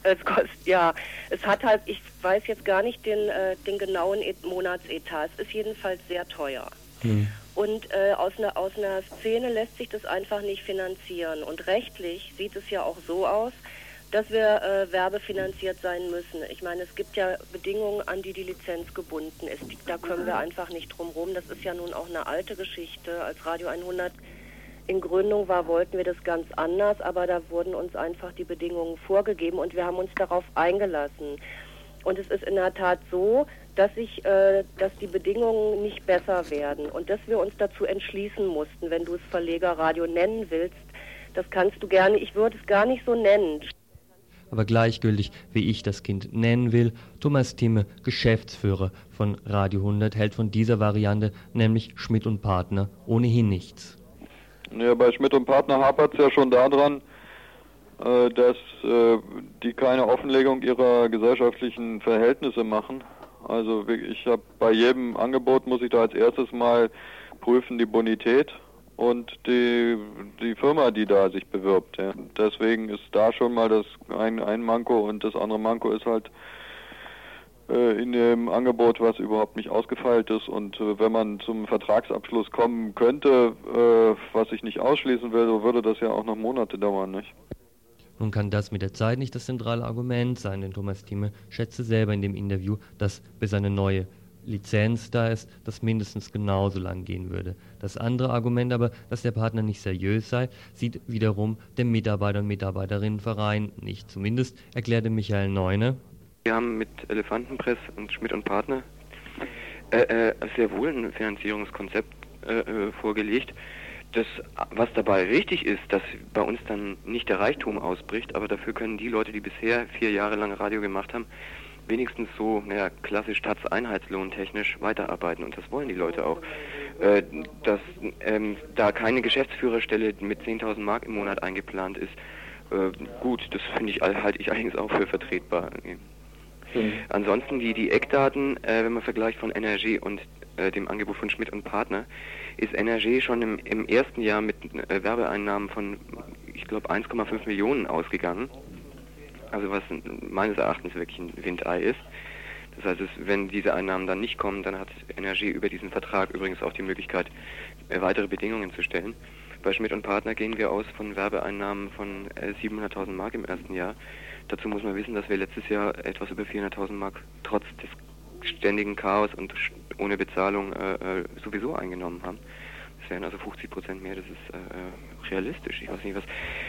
Es hat halt, ich weiß jetzt gar nicht den genauen Monatsetat. Es ist jedenfalls sehr teuer. Und aus einer Szene lässt sich das einfach nicht finanzieren. Und rechtlich sieht es ja auch so aus, dass wir werbefinanziert sein müssen. Ich meine, es gibt ja Bedingungen, an die Lizenz gebunden ist. Da können wir einfach nicht drum rum. Das ist ja nun auch eine alte Geschichte. Als Radio 100 in Gründung war, wollten wir das ganz anders, aber da wurden uns einfach die Bedingungen vorgegeben und wir haben uns darauf eingelassen. Und es ist in der Tat so, dass die Bedingungen nicht besser werden und dass wir uns dazu entschließen mussten, wenn du es Verlegerradio nennen willst, das kannst du gerne, ich würde es gar nicht so nennen. Aber gleichgültig, wie ich das Kind nennen will, Thomas Thimme, Geschäftsführer von Radio 100, hält von dieser Variante, nämlich Schmidt & Partner, ohnehin nichts. Ja, bei Schmidt & Partner hapert es ja schon daran, dass die keine Offenlegung ihrer gesellschaftlichen Verhältnisse machen. Also ich habe bei jedem Angebot, muss ich da als erstes mal prüfen die Bonität und die Firma, die da sich bewirbt. Ja. Deswegen ist da schon mal das ein Manko und das andere Manko ist halt in dem Angebot, was überhaupt nicht ausgefeilt ist. Und wenn man zum Vertragsabschluss kommen könnte, was ich nicht ausschließen will, so würde das ja auch noch Monate dauern, nicht? Nun kann das mit der Zeit nicht das zentrale Argument sein, denn Thomas Thimme schätzte selber in dem Interview, dass bis eine neue Lizenz da ist, das mindestens genauso lang gehen würde. Das andere Argument aber, dass der Partner nicht seriös sei, sieht wiederum der Mitarbeiter- und Mitarbeiterinnenverein nicht. Zumindest erklärte Michael Neune. Wir haben mit Elefantenpress und Schmidt & Partner sehr wohl ein Finanzierungskonzept vorgelegt. Das, was dabei richtig ist, dass bei uns dann nicht der Reichtum ausbricht, aber dafür können die Leute, die bisher 4 Jahre lang Radio gemacht haben, wenigstens so klassisch Einheitslohntechnisch weiterarbeiten und das wollen die Leute auch. Dass da keine Geschäftsführerstelle mit 10.000 Mark im Monat eingeplant ist, gut, das halte ich eigentlich auch für vertretbar. Ansonsten die Eckdaten, wenn man vergleicht von NRG und dem Angebot von Schmidt & Partner, ist NRG schon im ersten Jahr mit Werbeeinnahmen von, ich glaube, 1,5 Millionen ausgegangen. Also was meines Erachtens wirklich ein Windei ist. Das heißt, wenn diese Einnahmen dann nicht kommen, dann hat NRG über diesen Vertrag übrigens auch die Möglichkeit, weitere Bedingungen zu stellen. Bei Schmidt & Partner gehen wir aus von Werbeeinnahmen von 700.000 Mark im ersten Jahr. Dazu muss man wissen, dass wir letztes Jahr etwas über 400.000 Mark trotz des ständigen Chaos und ohne Bezahlung sowieso eingenommen haben. Das wären also 50% mehr, das ist realistisch. Ich weiß nicht,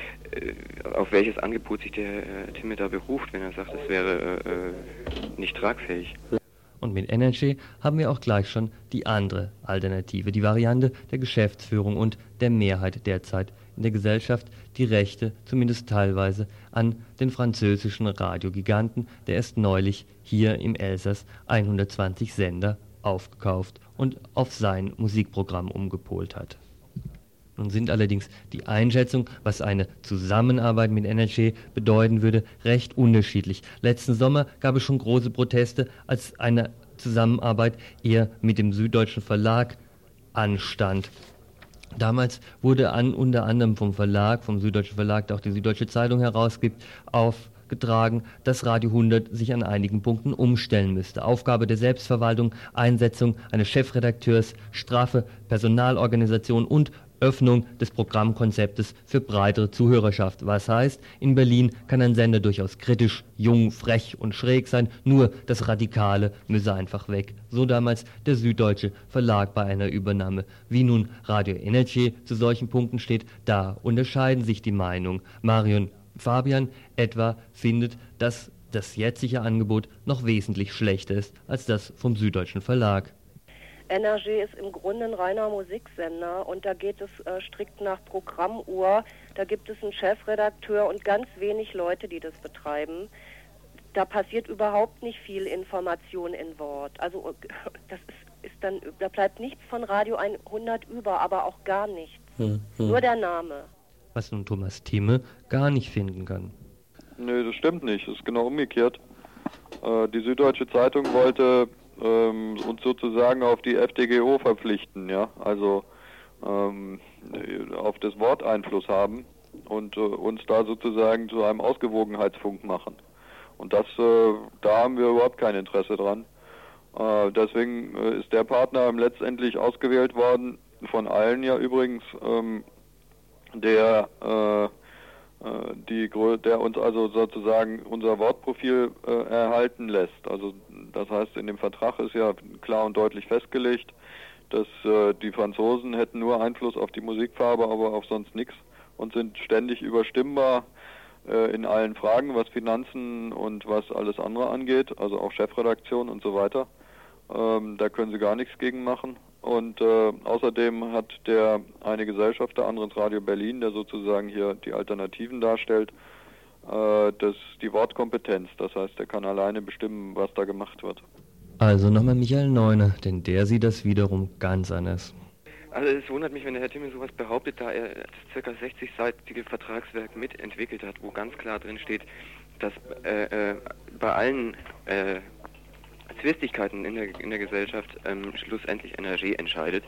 auf welches Angebot sich der Thimme da beruft, wenn er sagt, es wäre nicht tragfähig. Und mit Energy haben wir auch gleich schon die andere Alternative, die Variante der Geschäftsführung und der Mehrheit derzeit in der Gesellschaft, die Rechte, zumindest teilweise, an den französischen Radiogiganten, der erst neulich hier im Elsass 120 Sender aufgekauft und auf sein Musikprogramm umgepolt hat. Nun sind allerdings die Einschätzungen, was eine Zusammenarbeit mit NRJ bedeuten würde, recht unterschiedlich. Letzten Sommer gab es schon große Proteste, als eine Zusammenarbeit eher mit dem Süddeutschen Verlag anstand. Damals wurde unter anderem vom Süddeutschen Verlag, der auch die Süddeutsche Zeitung herausgibt, aufgetragen, dass Radio 100 sich an einigen Punkten umstellen müsste. Aufgabe der Selbstverwaltung, Einsetzung eines Chefredakteurs, straffe Personalorganisation und Öffnung des Programmkonzeptes für breitere Zuhörerschaft. Was heißt, in Berlin kann ein Sender durchaus kritisch, jung, frech und schräg sein, nur das Radikale müsse einfach weg. So damals der Süddeutsche Verlag bei einer Übernahme. Wie nun Radio Energy zu solchen Punkten steht, da unterscheiden sich die Meinungen. Marion Fabian etwa findet, dass das jetzige Angebot noch wesentlich schlechter ist als das vom Süddeutschen Verlag. NRJ ist im Grunde ein reiner Musiksender und da geht es strikt nach Programmuhr. Da gibt es einen Chefredakteur und ganz wenig Leute, die das betreiben. Da passiert überhaupt nicht viel Information in Wort. Also das ist dann, da bleibt nichts von Radio 100 über, aber auch gar nichts. Nur der Name. Was nun Thomas Thieme gar nicht finden kann. Nö, das stimmt nicht. Das ist genau umgekehrt. Die Süddeutsche Zeitung wollte uns sozusagen auf die FDGO verpflichten, ja, also auf das Wort Einfluss haben und uns da sozusagen zu einem Ausgewogenheitsfunk machen. Und das, da haben wir überhaupt kein Interesse dran. Deswegen ist der Partner letztendlich ausgewählt worden, von allen ja übrigens, der uns also sozusagen unser Wortprofil erhalten lässt. Also das heißt, in dem Vertrag ist ja klar und deutlich festgelegt, dass die Franzosen hätten nur Einfluss auf die Musikfarbe, aber auf sonst nichts und sind ständig überstimmbar in allen Fragen, was Finanzen und was alles andere angeht, also auch Chefredaktion und so weiter. Da können sie gar nichts gegen machen. Und außerdem hat eine Gesellschaft, der Andres Radio Berlin, der sozusagen hier die Alternativen darstellt, die Wortkompetenz. Das heißt, der kann alleine bestimmen, was da gemacht wird. Also nochmal Michael Neuner, denn der sieht das wiederum ganz anders. Also es wundert mich, wenn der Herr Thieme sowas behauptet, da er das ca. 60-seitige Vertragswerk mitentwickelt hat, wo ganz klar drin steht, dass bei allen Zwistigkeiten in der Gesellschaft schlussendlich NRJ entscheidet.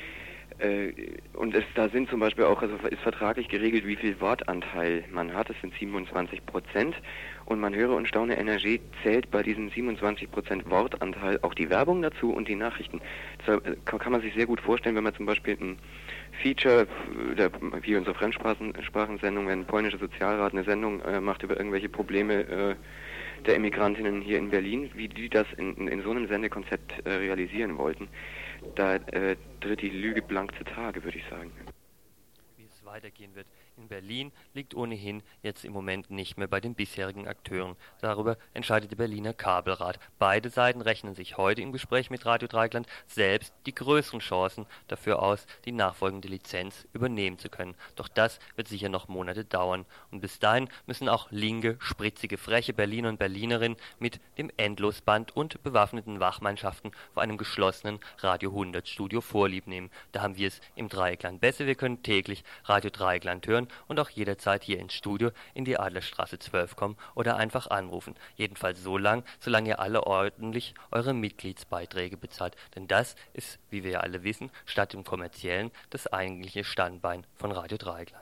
Und da sind zum Beispiel auch, also ist vertraglich geregelt, wie viel Wortanteil man hat. Das sind 27%. Und man höre und staune, NRJ zählt bei diesem 27% Wortanteil auch die Werbung dazu und die Nachrichten. Das kann man sich sehr gut vorstellen, wenn man zum Beispiel ein Feature, wie unsere Fremdsprachensendung, wenn ein polnischer Sozialrat eine Sendung macht über irgendwelche Probleme der Immigrantinnen hier in Berlin, wie die das in so einem Sendekonzept realisieren wollten. Da tritt die Lüge blank zutage, würde ich sagen. Wie es weitergehen wird in Berlin liegt ohnehin jetzt im Moment nicht mehr bei den bisherigen Akteuren. Darüber entscheidet der Berliner Kabelrat. Beide Seiten rechnen sich heute im Gespräch mit Radio Dreieckland selbst die größeren Chancen dafür aus, die nachfolgende Lizenz übernehmen zu können. Doch das wird sicher noch Monate dauern. Und bis dahin müssen auch linke, spritzige, freche Berliner und Berlinerinnen mit dem Endlosband und bewaffneten Wachmannschaften vor einem geschlossenen Radio 100 Studio Vorlieb nehmen. Da haben wir es im Dreieckland besser. Wir können täglich Radio Dreieckland hören und auch jederzeit hier ins Studio in die Adlerstraße 12 kommen oder einfach anrufen. Jedenfalls so lang, solange ihr alle ordentlich eure Mitgliedsbeiträge bezahlt. Denn das ist, wie wir ja alle wissen, statt dem kommerziellen das eigentliche Standbein von Radio Dreieckland.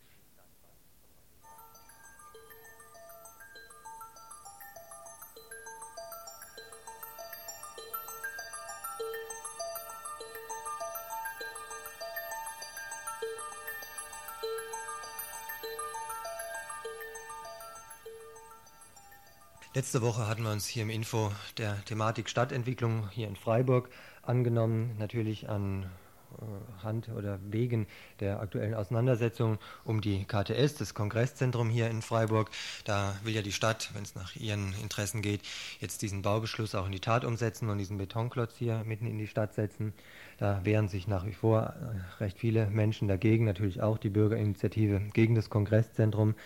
Letzte Woche hatten wir uns hier im Info der Thematik Stadtentwicklung hier in Freiburg angenommen, natürlich anhand oder wegen der aktuellen Auseinandersetzung um die KTS, das Kongresszentrum hier in Freiburg. Da will ja die Stadt, wenn es nach ihren Interessen geht, jetzt diesen Baubeschluss auch in die Tat umsetzen und diesen Betonklotz hier mitten in die Stadt setzen. Da wehren sich nach wie vor recht viele Menschen dagegen, natürlich auch die Bürgerinitiative gegen das Kongresszentrum.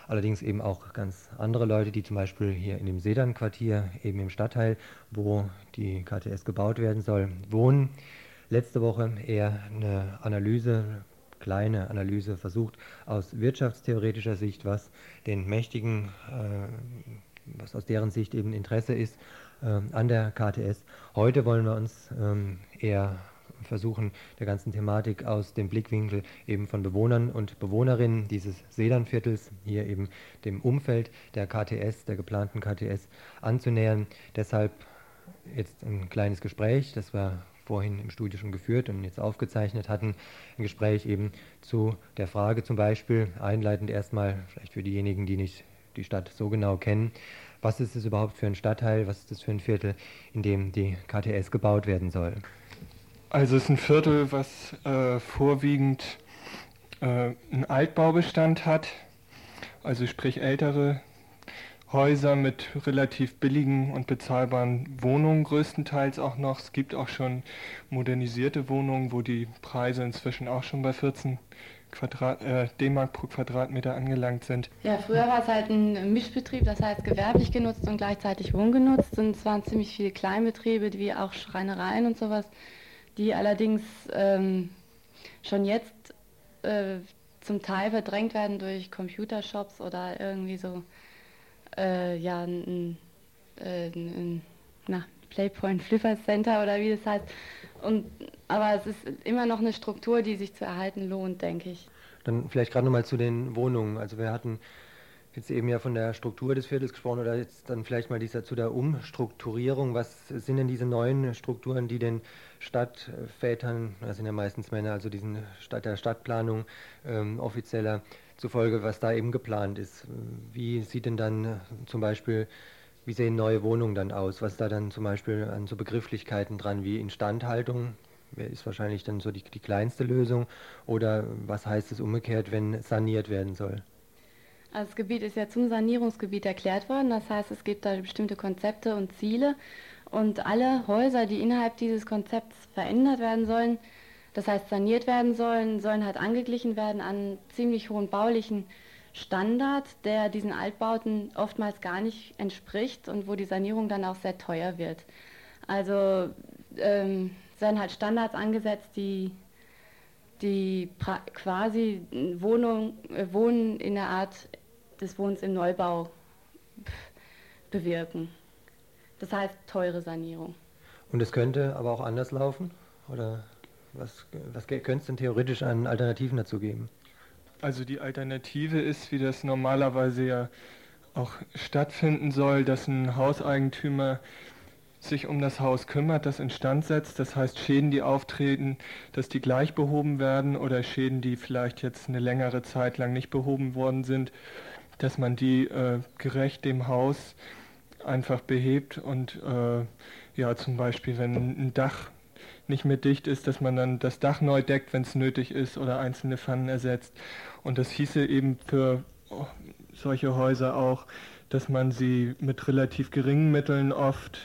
allerdings eben auch ganz andere Leute, die zum Beispiel hier in dem Sedan-Quartier, eben im Stadtteil, wo die KTS gebaut werden soll, wohnen. Letzte Woche eher eine kleine Analyse versucht aus wirtschaftstheoretischer Sicht, was den Mächtigen, was aus deren Sicht eben Interesse ist an der KTS. Heute wollen wir uns eher versuchen, der ganzen Thematik aus dem Blickwinkel eben von Bewohnern und Bewohnerinnen dieses Sedanviertels, hier eben dem Umfeld der KTS, der geplanten KTS, anzunähern. Deshalb jetzt ein kleines Gespräch, das wir vorhin im Studio schon geführt und jetzt aufgezeichnet hatten, ein Gespräch eben zu der Frage zum Beispiel, einleitend erstmal, vielleicht für diejenigen, die nicht die Stadt so genau kennen, was ist es überhaupt für ein Stadtteil, was ist es für ein Viertel, in dem die KTS gebaut werden soll? Also es ist ein Viertel, was vorwiegend einen Altbaubestand hat, also sprich ältere Häuser mit relativ billigen und bezahlbaren Wohnungen größtenteils auch noch. Es gibt auch schon modernisierte Wohnungen, wo die Preise inzwischen auch schon bei 14 D-Mark pro Quadratmeter angelangt sind. Ja, früher war es halt ein Mischbetrieb, das heißt gewerblich genutzt und gleichzeitig wohngenutzt. Und es waren ziemlich viele Kleinbetriebe, wie auch Schreinereien und sowas, die allerdings schon jetzt zum Teil verdrängt werden durch Computershops oder irgendwie so Playpoint Flipper Center oder wie das heißt. Aber es ist immer noch eine Struktur, die sich zu erhalten lohnt, denke ich. Dann vielleicht gerade nochmal zu den Wohnungen. Also wir hatten jetzt eben ja von der Struktur des Viertels gesprochen oder jetzt dann vielleicht mal zu der Umstrukturierung. Was sind denn diese neuen Strukturen, die den Stadtvätern, das sind ja meistens Männer, also der Stadtplanung offizieller zufolge, was da eben geplant ist? Wie sieht denn dann zum Beispiel, wie sehen neue Wohnungen dann aus? Was ist da dann zum Beispiel an so Begrifflichkeiten dran wie Instandhaltung? Ist wahrscheinlich dann so die kleinste Lösung. Oder was heißt es umgekehrt, wenn saniert werden soll? Also das Gebiet ist ja zum Sanierungsgebiet erklärt worden. Das heißt, es gibt da bestimmte Konzepte und Ziele. Und alle Häuser, die innerhalb dieses Konzepts verändert werden sollen, das heißt saniert werden sollen halt angeglichen werden an ziemlich hohen baulichen Standard, der diesen Altbauten oftmals gar nicht entspricht und wo die Sanierung dann auch sehr teuer wird. Also werden halt Standards angesetzt, die quasi Wohnen in der Art des Wohnens im Neubau bewirken. Das heißt teure Sanierung. Und es könnte aber auch anders laufen? Oder was könnte es denn theoretisch an Alternativen dazu geben? Also die Alternative ist, wie das normalerweise ja auch stattfinden soll, dass ein Hauseigentümer sich um das Haus kümmert, das instand setzt. Das heißt, Schäden, die auftreten, dass die gleich behoben werden oder Schäden, die vielleicht jetzt eine längere Zeit lang nicht behoben worden sind, dass man die gerecht dem Haus einfach behebt und zum Beispiel, wenn ein Dach nicht mehr dicht ist, dass man dann das Dach neu deckt, wenn es nötig ist, oder einzelne Pfannen ersetzt. Und das hieße eben für solche Häuser auch, dass man sie mit relativ geringen Mitteln oft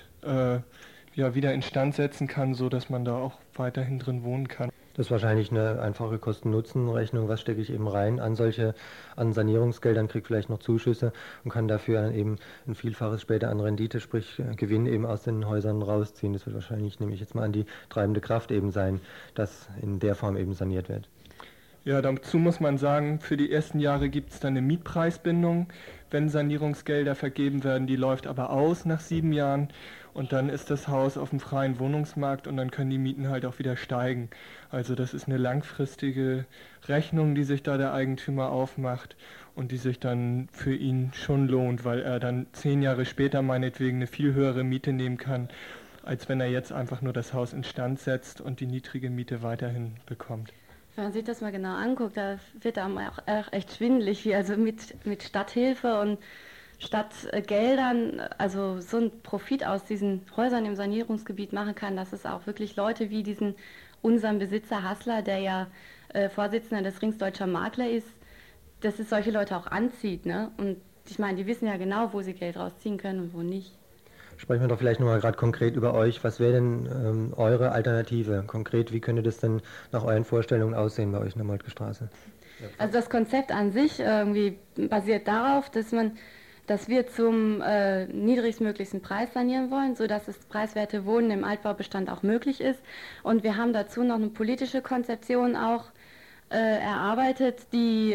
wieder instand setzen kann, so dass man da auch weiterhin drin wohnen kann. Das ist wahrscheinlich eine einfache Kosten-Nutzen-Rechnung. Was stecke ich eben rein an Sanierungsgeldern, kriege vielleicht noch Zuschüsse und kann dafür dann eben ein Vielfaches später an Rendite, sprich Gewinn eben aus den Häusern rausziehen. Das wird wahrscheinlich, nehme ich jetzt mal an, die treibende Kraft eben sein, dass in der Form eben saniert wird. Ja, dazu muss man sagen, für die ersten Jahre gibt es dann eine Mietpreisbindung, wenn Sanierungsgelder vergeben werden. Die läuft aber aus nach 7 Jahren und dann ist das Haus auf dem freien Wohnungsmarkt und dann können die Mieten halt auch wieder steigen. Also das ist eine langfristige Rechnung, die sich da der Eigentümer aufmacht und die sich dann für ihn schon lohnt, weil er dann 10 Jahre später meinetwegen eine viel höhere Miete nehmen kann, als wenn er jetzt einfach nur das Haus instand setzt und die niedrige Miete weiterhin bekommt. Wenn man sich das mal genau anguckt, da wird einem auch echt schwindelig, wie also mit Stadthilfe und Stadtgeldern, also so ein Profit aus diesen Häusern im Sanierungsgebiet machen kann, dass es auch wirklich Leute wie unseren Besitzer Hassler, der ja Vorsitzender des Rings Deutscher Makler ist, dass es solche Leute auch anzieht, ne? Und ich meine, die wissen ja genau, wo sie Geld rausziehen können und wo nicht. Sprechen wir doch vielleicht nochmal gerade konkret über euch. Was wäre denn eure Alternative? Konkret, wie könnte das denn nach euren Vorstellungen aussehen bei euch in der Moltke Straße? Also das Konzept an sich irgendwie basiert darauf, dass wir zum niedrigstmöglichsten Preis sanieren wollen, sodass das preiswerte Wohnen im Altbaubestand auch möglich ist. Und wir haben dazu noch eine politische Konzeption auch erarbeitet, die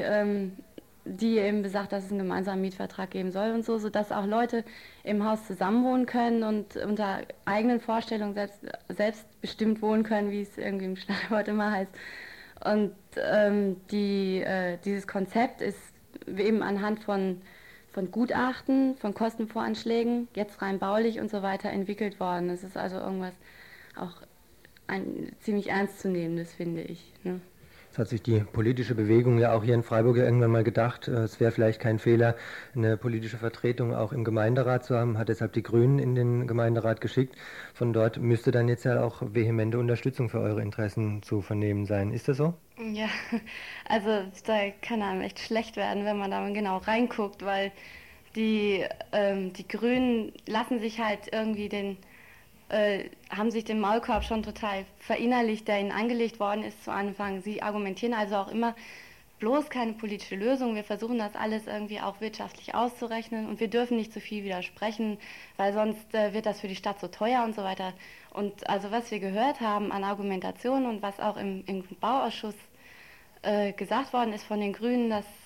eben besagt, dass es einen gemeinsamen Mietvertrag geben soll und so, sodass auch Leute im Haus zusammenwohnen können und unter eigenen Vorstellungen selbstbestimmt wohnen können, wie es irgendwie im Schlagwort immer heißt. Und dieses Konzept ist eben anhand von Gutachten, von Kostenvoranschlägen, jetzt rein baulich und so weiter entwickelt worden. Es ist also irgendwas auch ziemlich ernstzunehmendes, finde ich. Ne? Es hat sich die politische Bewegung ja auch hier in Freiburg ja irgendwann mal gedacht, es wäre vielleicht kein Fehler, eine politische Vertretung auch im Gemeinderat zu haben, hat deshalb die Grünen in den Gemeinderat geschickt. Von dort müsste dann jetzt ja auch vehemente Unterstützung für eure Interessen zu vernehmen sein. Ist das so? Ja, also da kann einem echt schlecht werden, wenn man da genau reinguckt, weil die Grünen lassen sich halt irgendwie haben sich den Maulkorb schon total verinnerlicht, der ihnen angelegt worden ist zu Anfang. Sie argumentieren also auch immer bloß keine politische Lösung. Wir versuchen das alles irgendwie auch wirtschaftlich auszurechnen und wir dürfen nicht zu viel widersprechen, weil sonst wird das für die Stadt so teuer und so weiter. Und also was wir gehört haben an Argumentation und was auch im Bauausschuss gesagt worden ist von den Grünen,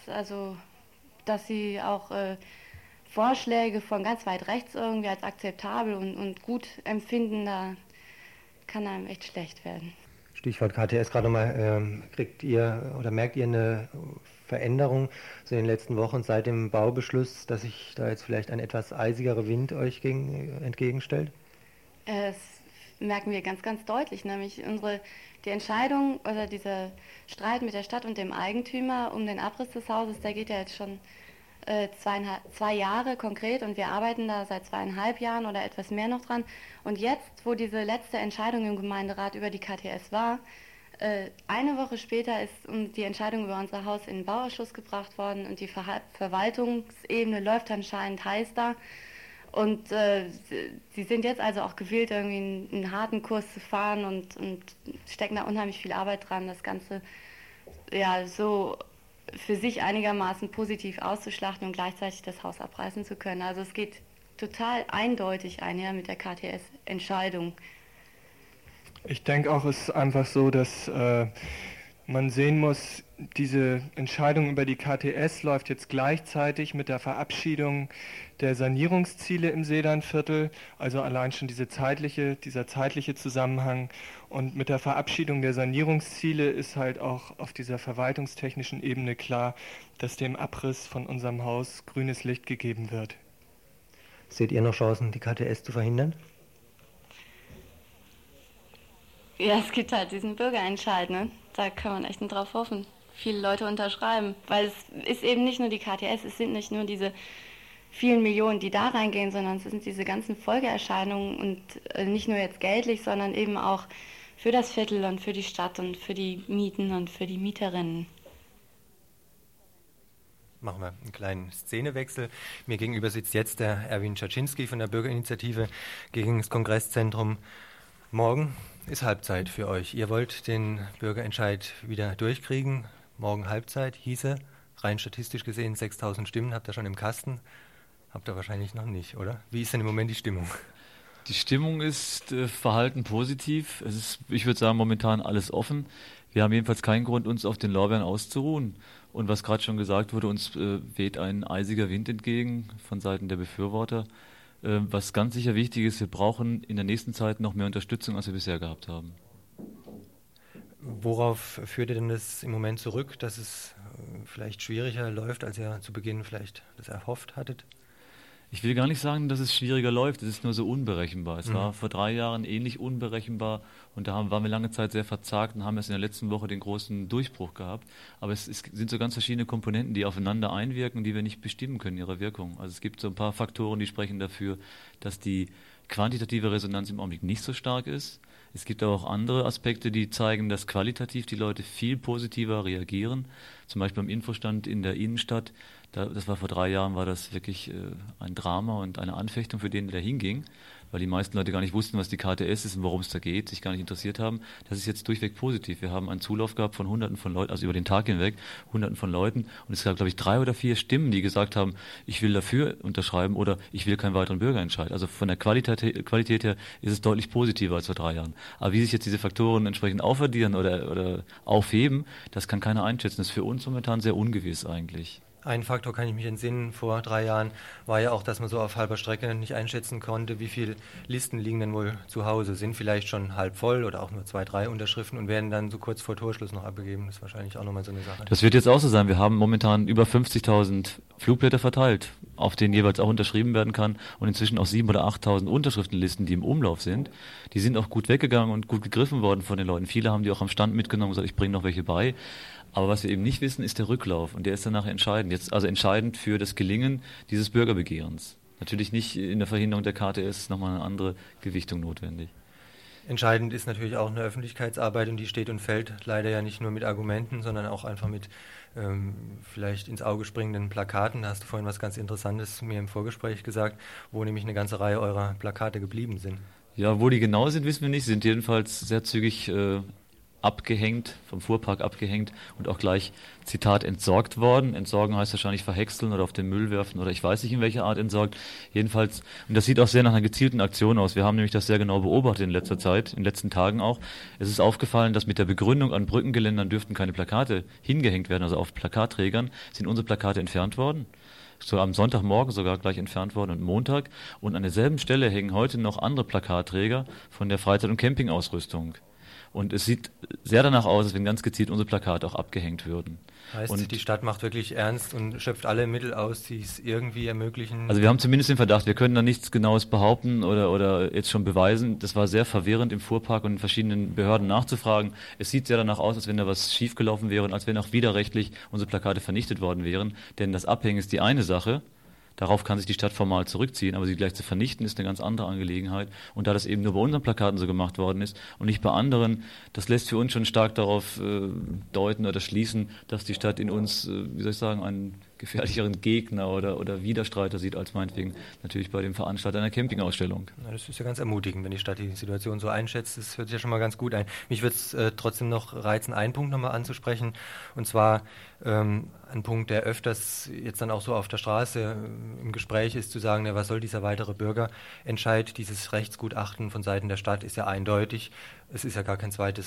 dass sie auch Vorschläge von ganz weit rechts irgendwie als akzeptabel und gut empfinden, da kann einem echt schlecht werden. Stichwort KTS gerade nochmal, kriegt ihr oder merkt ihr eine Veränderung so in den letzten Wochen seit dem Baubeschluss, dass sich da jetzt vielleicht ein etwas eisigerer Wind euch entgegenstellt? Das merken wir ganz, ganz deutlich, nämlich die Entscheidung oder dieser Streit mit der Stadt und dem Eigentümer um den Abriss des Hauses, der geht ja jetzt schon 2 Jahre konkret und wir arbeiten da seit 2,5 Jahren oder etwas mehr noch dran. Und jetzt, wo diese letzte Entscheidung im Gemeinderat über die KTS war, eine Woche später ist die Entscheidung über unser Haus in den Bauausschuss gebracht worden und die Verwaltungsebene läuft anscheinend heiß da. Und sie sind jetzt also auch gewillt, irgendwie einen harten Kurs zu fahren und stecken da unheimlich viel Arbeit dran, das Ganze ja so für sich einigermaßen positiv auszuschlachten und gleichzeitig das Haus abreißen zu können. Also es geht total eindeutig einher mit der KTS-Entscheidung. Ich denke auch, es ist einfach so, dass man sehen muss, diese Entscheidung über die KTS läuft jetzt gleichzeitig mit der Verabschiedung der Sanierungsziele im Seelandviertel, also allein schon dieser zeitliche Zusammenhang. Und mit der Verabschiedung der Sanierungsziele ist halt auch auf dieser verwaltungstechnischen Ebene klar, dass dem Abriss von unserem Haus grünes Licht gegeben wird. Seht ihr noch Chancen, die KTS zu verhindern? Ja, es gibt halt diesen Bürgerentscheid, ne? Da kann man echt nicht drauf hoffen. Viele Leute unterschreiben, weil es ist eben nicht nur die KTS, es sind nicht nur diese vielen Millionen, die da reingehen, sondern es sind diese ganzen Folgeerscheinungen und nicht nur jetzt geldlich, sondern eben auch für das Viertel und für die Stadt und für die Mieten und für die Mieterinnen. Machen wir einen kleinen Szenewechsel. Mir gegenüber sitzt jetzt der Erwin Czaczynski von der Bürgerinitiative gegen das Kongresszentrum. Morgen ist Halbzeit für euch. Ihr wollt den Bürgerentscheid wieder durchkriegen. Morgen Halbzeit hieße, rein statistisch gesehen, 6.000 Stimmen habt ihr schon im Kasten. Habt ihr wahrscheinlich noch nicht, oder? Wie ist denn im Moment die Stimmung? Die Stimmung ist verhalten positiv. Es ist, ich würde sagen, momentan alles offen. Wir haben jedenfalls keinen Grund, uns auf den Lorbeeren auszuruhen. Und was gerade schon gesagt wurde, uns weht ein eisiger Wind entgegen von Seiten der Befürworter. Was ganz sicher wichtig ist, wir brauchen in der nächsten Zeit noch mehr Unterstützung, als wir bisher gehabt haben. Worauf führt ihr denn das im Moment zurück, dass es vielleicht schwieriger läuft, als ihr zu Beginn vielleicht das erhofft hattet? Ich will gar nicht sagen, dass es schwieriger läuft, es ist nur so unberechenbar. Es war vor 3 Jahren ähnlich unberechenbar und da waren wir lange Zeit sehr verzagt und haben erst in der letzten Woche den großen Durchbruch gehabt. Aber es sind so ganz verschiedene Komponenten, die aufeinander einwirken, die wir nicht bestimmen können, ihre Wirkung. Also es gibt so ein paar Faktoren, die sprechen dafür, dass die quantitative Resonanz im Augenblick nicht so stark ist. Es gibt aber auch andere Aspekte, die zeigen, dass qualitativ die Leute viel positiver reagieren. Zum Beispiel beim Infostand in der Innenstadt. Das war vor 3 Jahren, war das wirklich ein Drama und eine Anfechtung für den, der hinging. weil die meisten Leute gar nicht wussten, was die KTS ist und worum es da geht, sich gar nicht interessiert haben. Das ist jetzt durchweg positiv. Wir haben einen Zulauf gehabt von Hunderten von Leuten, also über den Tag hinweg, Hunderten von Leuten. Und es gab, glaube ich, 3 oder 4 Stimmen, die gesagt haben, ich will dafür unterschreiben oder ich will keinen weiteren Bürgerentscheid. Also von der Qualität her ist es deutlich positiver als vor 3 Jahren. Aber wie sich jetzt diese Faktoren entsprechend aufaddieren oder aufheben, das kann keiner einschätzen. Das ist für uns momentan sehr ungewiss eigentlich. Ein Faktor kann ich mich entsinnen, vor 3 Jahren war ja auch, dass man so auf halber Strecke nicht einschätzen konnte, wie viele Listen liegen denn wohl zu Hause, sind vielleicht schon halb voll oder auch nur 2, 3 Unterschriften und werden dann so kurz vor Torschluss noch abgegeben. Das ist wahrscheinlich auch nochmal so eine Sache. Das wird jetzt auch so sein. Wir haben momentan über 50.000 Flugblätter verteilt, auf denen jeweils auch unterschrieben werden kann und inzwischen auch 7.000 oder 8.000 Unterschriftenlisten, die im Umlauf sind. Die sind auch gut weggegangen und gut gegriffen worden von den Leuten. Viele haben die auch am Stand mitgenommen und gesagt, ich bringe noch welche bei. Aber was wir eben nicht wissen, ist der Rücklauf und der ist danach entscheidend. Jetzt also entscheidend für das Gelingen dieses Bürgerbegehrens. Natürlich nicht in der Verhinderung der KTS, ist nochmal eine andere Gewichtung notwendig. Entscheidend ist natürlich auch eine Öffentlichkeitsarbeit und die steht und fällt leider ja nicht nur mit Argumenten, sondern auch einfach mit vielleicht ins Auge springenden Plakaten. Da hast du vorhin was ganz Interessantes mir im Vorgespräch gesagt, wo nämlich eine ganze Reihe eurer Plakate geblieben sind. Ja, wo die genau sind, wissen wir nicht, sind jedenfalls sehr zügig abgehängt, vom Fuhrpark abgehängt und auch gleich, Zitat, entsorgt worden. Entsorgen heißt wahrscheinlich verhäckseln oder auf den Müll werfen oder ich weiß nicht in welcher Art entsorgt. Jedenfalls, und das sieht auch sehr nach einer gezielten Aktion aus. Wir haben nämlich das sehr genau beobachtet in letzter Zeit, in den letzten Tagen auch. Es ist aufgefallen, dass mit der Begründung, an Brückengeländern dürften keine Plakate hingehängt werden, also auf Plakatträgern, sind unsere Plakate entfernt worden. So am Sonntagmorgen sogar gleich entfernt worden und Montag. Und an derselben Stelle hängen heute noch andere Plakatträger von der Freizeit- und Campingausrüstung. Und es sieht sehr danach aus, als wenn ganz gezielt unsere Plakate auch abgehängt würden. Heißt, und die Stadt macht wirklich ernst und schöpft alle Mittel aus, die es irgendwie ermöglichen? Also wir haben zumindest den Verdacht, wir können da nichts Genaues behaupten oder jetzt schon beweisen. Das war sehr verwirrend im Fuhrpark und in verschiedenen Behörden nachzufragen. Es sieht sehr danach aus, als wenn da was schiefgelaufen wäre und als wenn auch widerrechtlich unsere Plakate vernichtet worden wären. Denn das Abhängen ist die eine Sache. Darauf kann sich die Stadt formal zurückziehen, aber sie gleich zu vernichten, ist eine ganz andere Angelegenheit. Und da das eben nur bei unseren Plakaten so gemacht worden ist und nicht bei anderen, das lässt für uns schon stark darauf deuten oder schließen, dass die Stadt in uns, wie soll ich sagen, einen gefährlicheren Gegner oder Widerstreiter sieht, als meinetwegen natürlich bei dem Veranstalter einer Campingausstellung. Ja, das ist ja ganz ermutigend, wenn die Stadt die Situation so einschätzt. Das hört sich ja schon mal ganz gut ein. Mich würde es trotzdem noch reizen, einen Punkt nochmal anzusprechen. Und zwar ein Punkt, der öfters jetzt dann auch so auf der Straße im Gespräch ist, zu sagen, ja, was soll dieser weitere Bürgerentscheid? Dieses Rechtsgutachten von Seiten der Stadt ist ja eindeutig. Es ist ja gar kein zweiter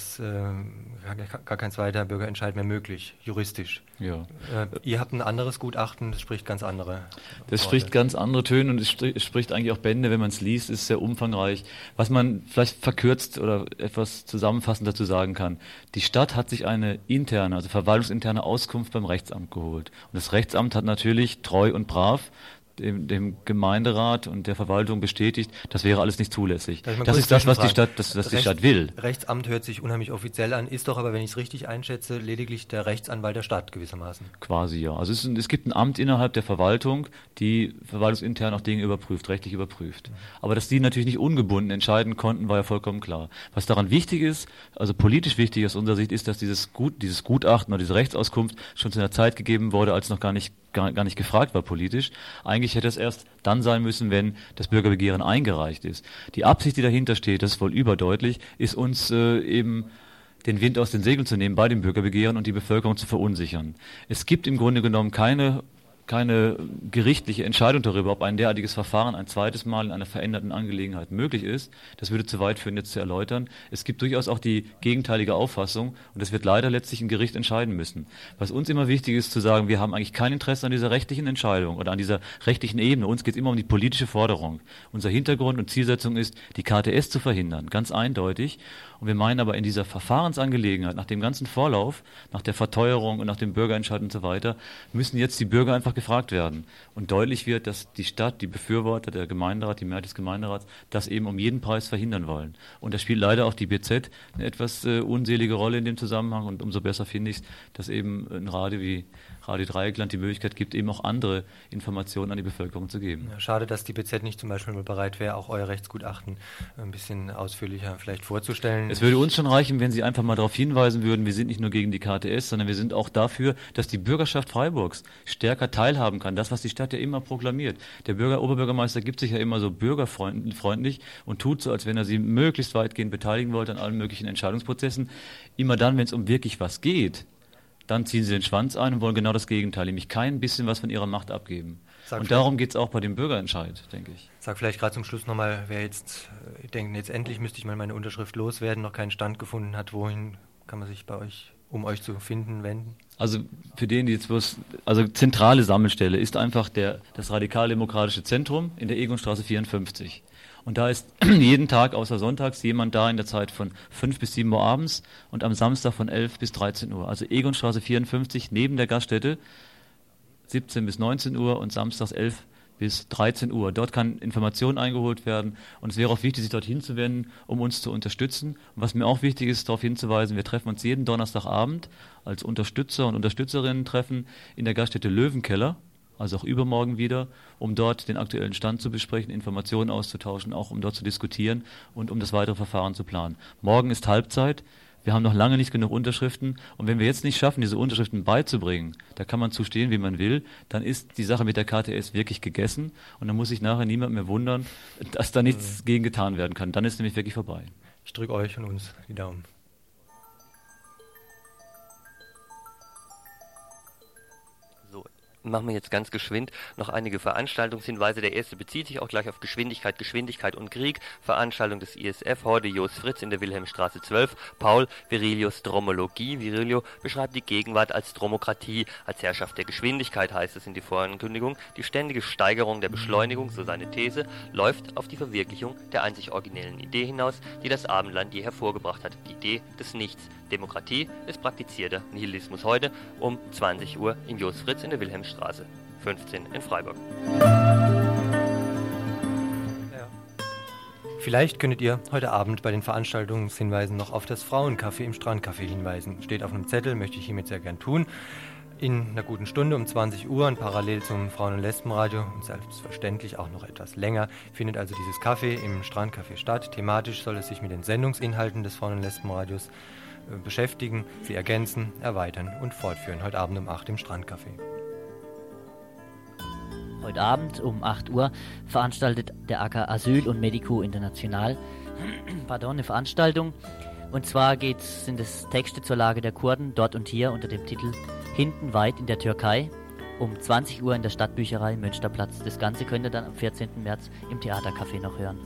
Bürgerentscheid mehr möglich, juristisch. Ja. Ihr habt ein anderes Gutachten, das spricht ganz andere Das spricht ganz andere Töne und es spricht eigentlich auch Bände, wenn man es liest, ist sehr umfangreich. Was man vielleicht verkürzt oder etwas zusammenfassend dazu sagen kann, die Stadt hat sich eine interne, also verwaltungsinterne Auskunft beim Rechtsamt geholt. Und das Rechtsamt hat natürlich treu und brav dem Gemeinderat und der Verwaltung bestätigt, das wäre alles nicht zulässig. Das ist das, was die Stadt will. Rechtsamt hört sich unheimlich offiziell an, ist doch aber, wenn ich es richtig einschätze, lediglich der Rechtsanwalt der Stadt gewissermaßen. Quasi, ja. Also es gibt ein Amt innerhalb der Verwaltung, die verwaltungsintern auch Dinge überprüft, rechtlich überprüft. Aber dass die natürlich nicht ungebunden entscheiden konnten, war ja vollkommen klar. Was daran wichtig ist, also politisch wichtig aus unserer Sicht, ist, dass dieses Gutachten oder diese Rechtsauskunft schon zu einer Zeit gegeben wurde, als noch gar nicht gefragt war politisch. Eigentlich hätte es erst dann sein müssen, wenn das Bürgerbegehren eingereicht ist. Die Absicht, die dahinter steht, das ist wohl überdeutlich, ist uns eben den Wind aus den Segeln zu nehmen bei dem Bürgerbegehren und die Bevölkerung zu verunsichern. Es gibt im Grunde genommen keine gerichtliche Entscheidung darüber, ob ein derartiges Verfahren ein zweites Mal in einer veränderten Angelegenheit möglich ist. Das würde zu weit führen, jetzt zu erläutern. Es gibt durchaus auch die gegenteilige Auffassung und das wird leider letztlich ein Gericht entscheiden müssen. Was uns immer wichtig ist, zu sagen, wir haben eigentlich kein Interesse an dieser rechtlichen Entscheidung oder an dieser rechtlichen Ebene. Uns geht es immer um die politische Forderung. Unser Hintergrund und Zielsetzung ist, die KTS zu verhindern, ganz eindeutig. Und wir meinen aber in dieser Verfahrensangelegenheit, nach dem ganzen Vorlauf, nach der Verteuerung und nach dem Bürgerentscheid und so weiter, müssen jetzt die Bürger einfach gefragt werden. Und deutlich wird, dass die Stadt, die Befürworter, der Gemeinderat, die Mehrheit des Gemeinderats, das eben um jeden Preis verhindern wollen. Und da spielt leider auch die BZ eine etwas unselige Rolle in dem Zusammenhang. Und umso besser finde ich es, dass eben ein Radio wie Radio Dreieckland die Möglichkeit gibt, eben auch andere Informationen an die Bevölkerung zu geben. Ja, schade, dass die BZ nicht zum Beispiel mal bereit wäre, auch euer Rechtsgutachten ein bisschen ausführlicher vielleicht vorzustellen. Es würde uns schon reichen, wenn Sie einfach mal darauf hinweisen würden, wir sind nicht nur gegen die KTS, sondern wir sind auch dafür, dass die Bürgerschaft Freiburgs stärker teilhaben teilhaben kann. Das, was die Stadt ja immer proklamiert. Der Oberbürgermeister gibt sich ja immer so bürgerfreundlich und tut so, als wenn er sie möglichst weitgehend beteiligen wollte an allen möglichen Entscheidungsprozessen. Immer dann, wenn es um wirklich was geht, dann ziehen sie den Schwanz ein und wollen genau das Gegenteil, nämlich kein bisschen was von ihrer Macht abgeben. Und darum geht es auch bei dem Bürgerentscheid, denke ich. Sag vielleicht gerade zum Schluss nochmal, wer jetzt denkt, jetzt endlich müsste ich mal meine Unterschrift loswerden, noch keinen Stand gefunden hat, wohin kann man sich bei euch, um euch zu finden, wenden? Also für den, die jetzt bloß, also zentrale Sammelstelle ist einfach das Radikaldemokratische Zentrum in der Egonstraße 54. Und da ist jeden Tag außer sonntags jemand da in der Zeit von 5 bis 7 Uhr abends und am Samstag von 11 bis 13 Uhr. Also Egonstraße 54 neben der Gaststätte, 17 bis 19 Uhr und samstags 11 bis 13 Uhr. Dort kann Information eingeholt werden und es wäre auch wichtig, sich dorthin zu wenden, um uns zu unterstützen. Und was mir auch wichtig ist, darauf hinzuweisen, wir treffen uns jeden Donnerstagabend als Unterstützer und Unterstützerinnen treffen in der Gaststätte Löwenkeller, also auch übermorgen wieder, um dort den aktuellen Stand zu besprechen, Informationen auszutauschen, auch um dort zu diskutieren und um das weitere Verfahren zu planen. Morgen ist Halbzeit. Wir haben noch lange nicht genug Unterschriften und wenn wir jetzt nicht schaffen, diese Unterschriften beizubringen, da kann man zustehen, wie man will, dann ist die Sache mit der KTS wirklich gegessen und dann muss sich nachher niemand mehr wundern, dass da nichts gegen getan werden kann. Dann ist es nämlich wirklich vorbei. Ich drücke euch und uns die Daumen. Machen wir jetzt ganz geschwind noch einige Veranstaltungshinweise. Der erste bezieht sich auch gleich auf Geschwindigkeit und Krieg. Veranstaltung des ISF, heute Jos Fritz in der Wilhelmstraße 12. Paul, Virilius Dromologie. Virilio beschreibt die Gegenwart als Dromokratie, als Herrschaft der Geschwindigkeit, heißt es in die Vorankündigung. Die ständige Steigerung der Beschleunigung, so seine These, läuft auf die Verwirklichung der einzig originellen Idee hinaus, die das Abendland je hervorgebracht hat. Die Idee des Nichts. Demokratie ist praktizierter Nihilismus. Heute um 20 Uhr in Jos Fritz in der Wilhelmstraße 15 in Freiburg. Ja. Vielleicht könntet ihr heute Abend bei den Veranstaltungshinweisen noch auf das Frauencafé im Strandcafé hinweisen. Steht auf einem Zettel, möchte ich hiermit sehr gern tun. In einer guten Stunde um 20 Uhr und parallel zum Frauen- und Lesbenradio und selbstverständlich auch noch etwas länger findet also dieses Café im Strandcafé statt. Thematisch soll es sich mit den Sendungsinhalten des Frauen- und Lesbenradios beschäftigen, sie ergänzen, erweitern und fortführen. Heute Abend um 8 im Strandcafé. Heute Abend um 8 Uhr veranstaltet der AK Asyl und Medico International eine Veranstaltung. Und zwar sind es Texte zur Lage der Kurden dort und hier unter dem Titel Hinten weit in der Türkei um 20 Uhr in der Stadtbücherei Münsterplatz. Das Ganze könnt ihr dann am 14. März im Theatercafé noch hören.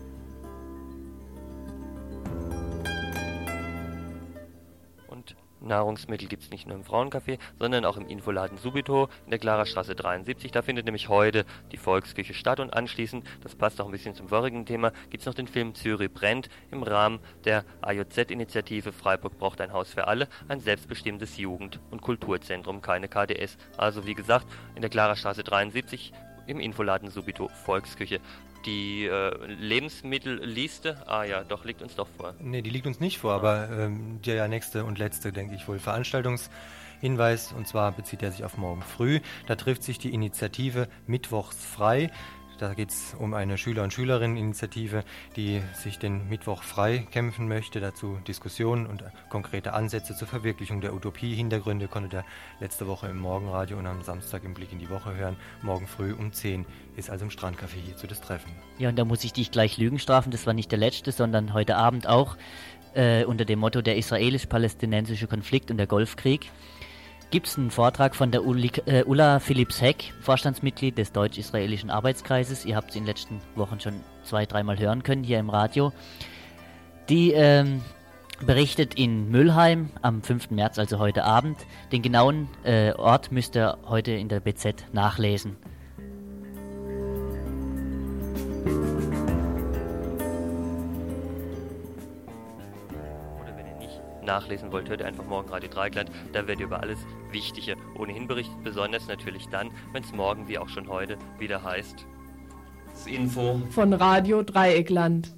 Nahrungsmittel gibt es nicht nur im Frauencafé, sondern auch im Infoladen Subito in der Klarerstraße 73. Da findet nämlich heute die Volksküche statt und anschließend, das passt auch ein bisschen zum vorigen Thema, gibt es noch den Film Zürich brennt im Rahmen der AJZ-Initiative Freiburg braucht ein Haus für alle, ein selbstbestimmtes Jugend- und Kulturzentrum, keine KDS. Also wie gesagt, in der Klarerstraße 73 im Infoladen Subito Volksküche. Die Lebensmittelliste, liegt uns doch vor. Nee, die liegt uns nicht vor, aber der nächste und letzte, denke ich wohl, Veranstaltungshinweis, und zwar bezieht er sich auf morgen früh. Da trifft sich die Initiative Mittwochs frei. Da geht es um eine Schüler- und Schülerinneninitiative, die sich den Mittwoch frei kämpfen möchte. Dazu Diskussionen und konkrete Ansätze zur Verwirklichung der Utopie. Hintergründe konnte ihr letzte Woche im Morgenradio und am Samstag im Blick in die Woche hören. Morgen früh um 10 ist also im Strandcafé hierzu das Treffen. Ja, und da muss ich dich gleich Lügen strafen. Das war nicht der letzte, sondern heute Abend auch unter dem Motto der israelisch-palästinensische Konflikt und der Golfkrieg. Gibt es einen Vortrag von der Ulla Philipps-Heck, Vorstandsmitglied des Deutsch-Israelischen Arbeitskreises. Ihr habt es in den letzten Wochen schon 2-3 Mal hören können hier im Radio. Die berichtet in Müllheim am 5. März, also heute Abend. Den genauen Ort müsst ihr heute in der BZ nachlesen. Nachlesen wollt, hört ihr einfach morgen Radio Dreieckland. Da werdet ihr über alles Wichtige ohnehin berichtet, besonders natürlich dann, wenn es morgen wie auch schon heute wieder heißt. Das Info von Radio Dreieckland.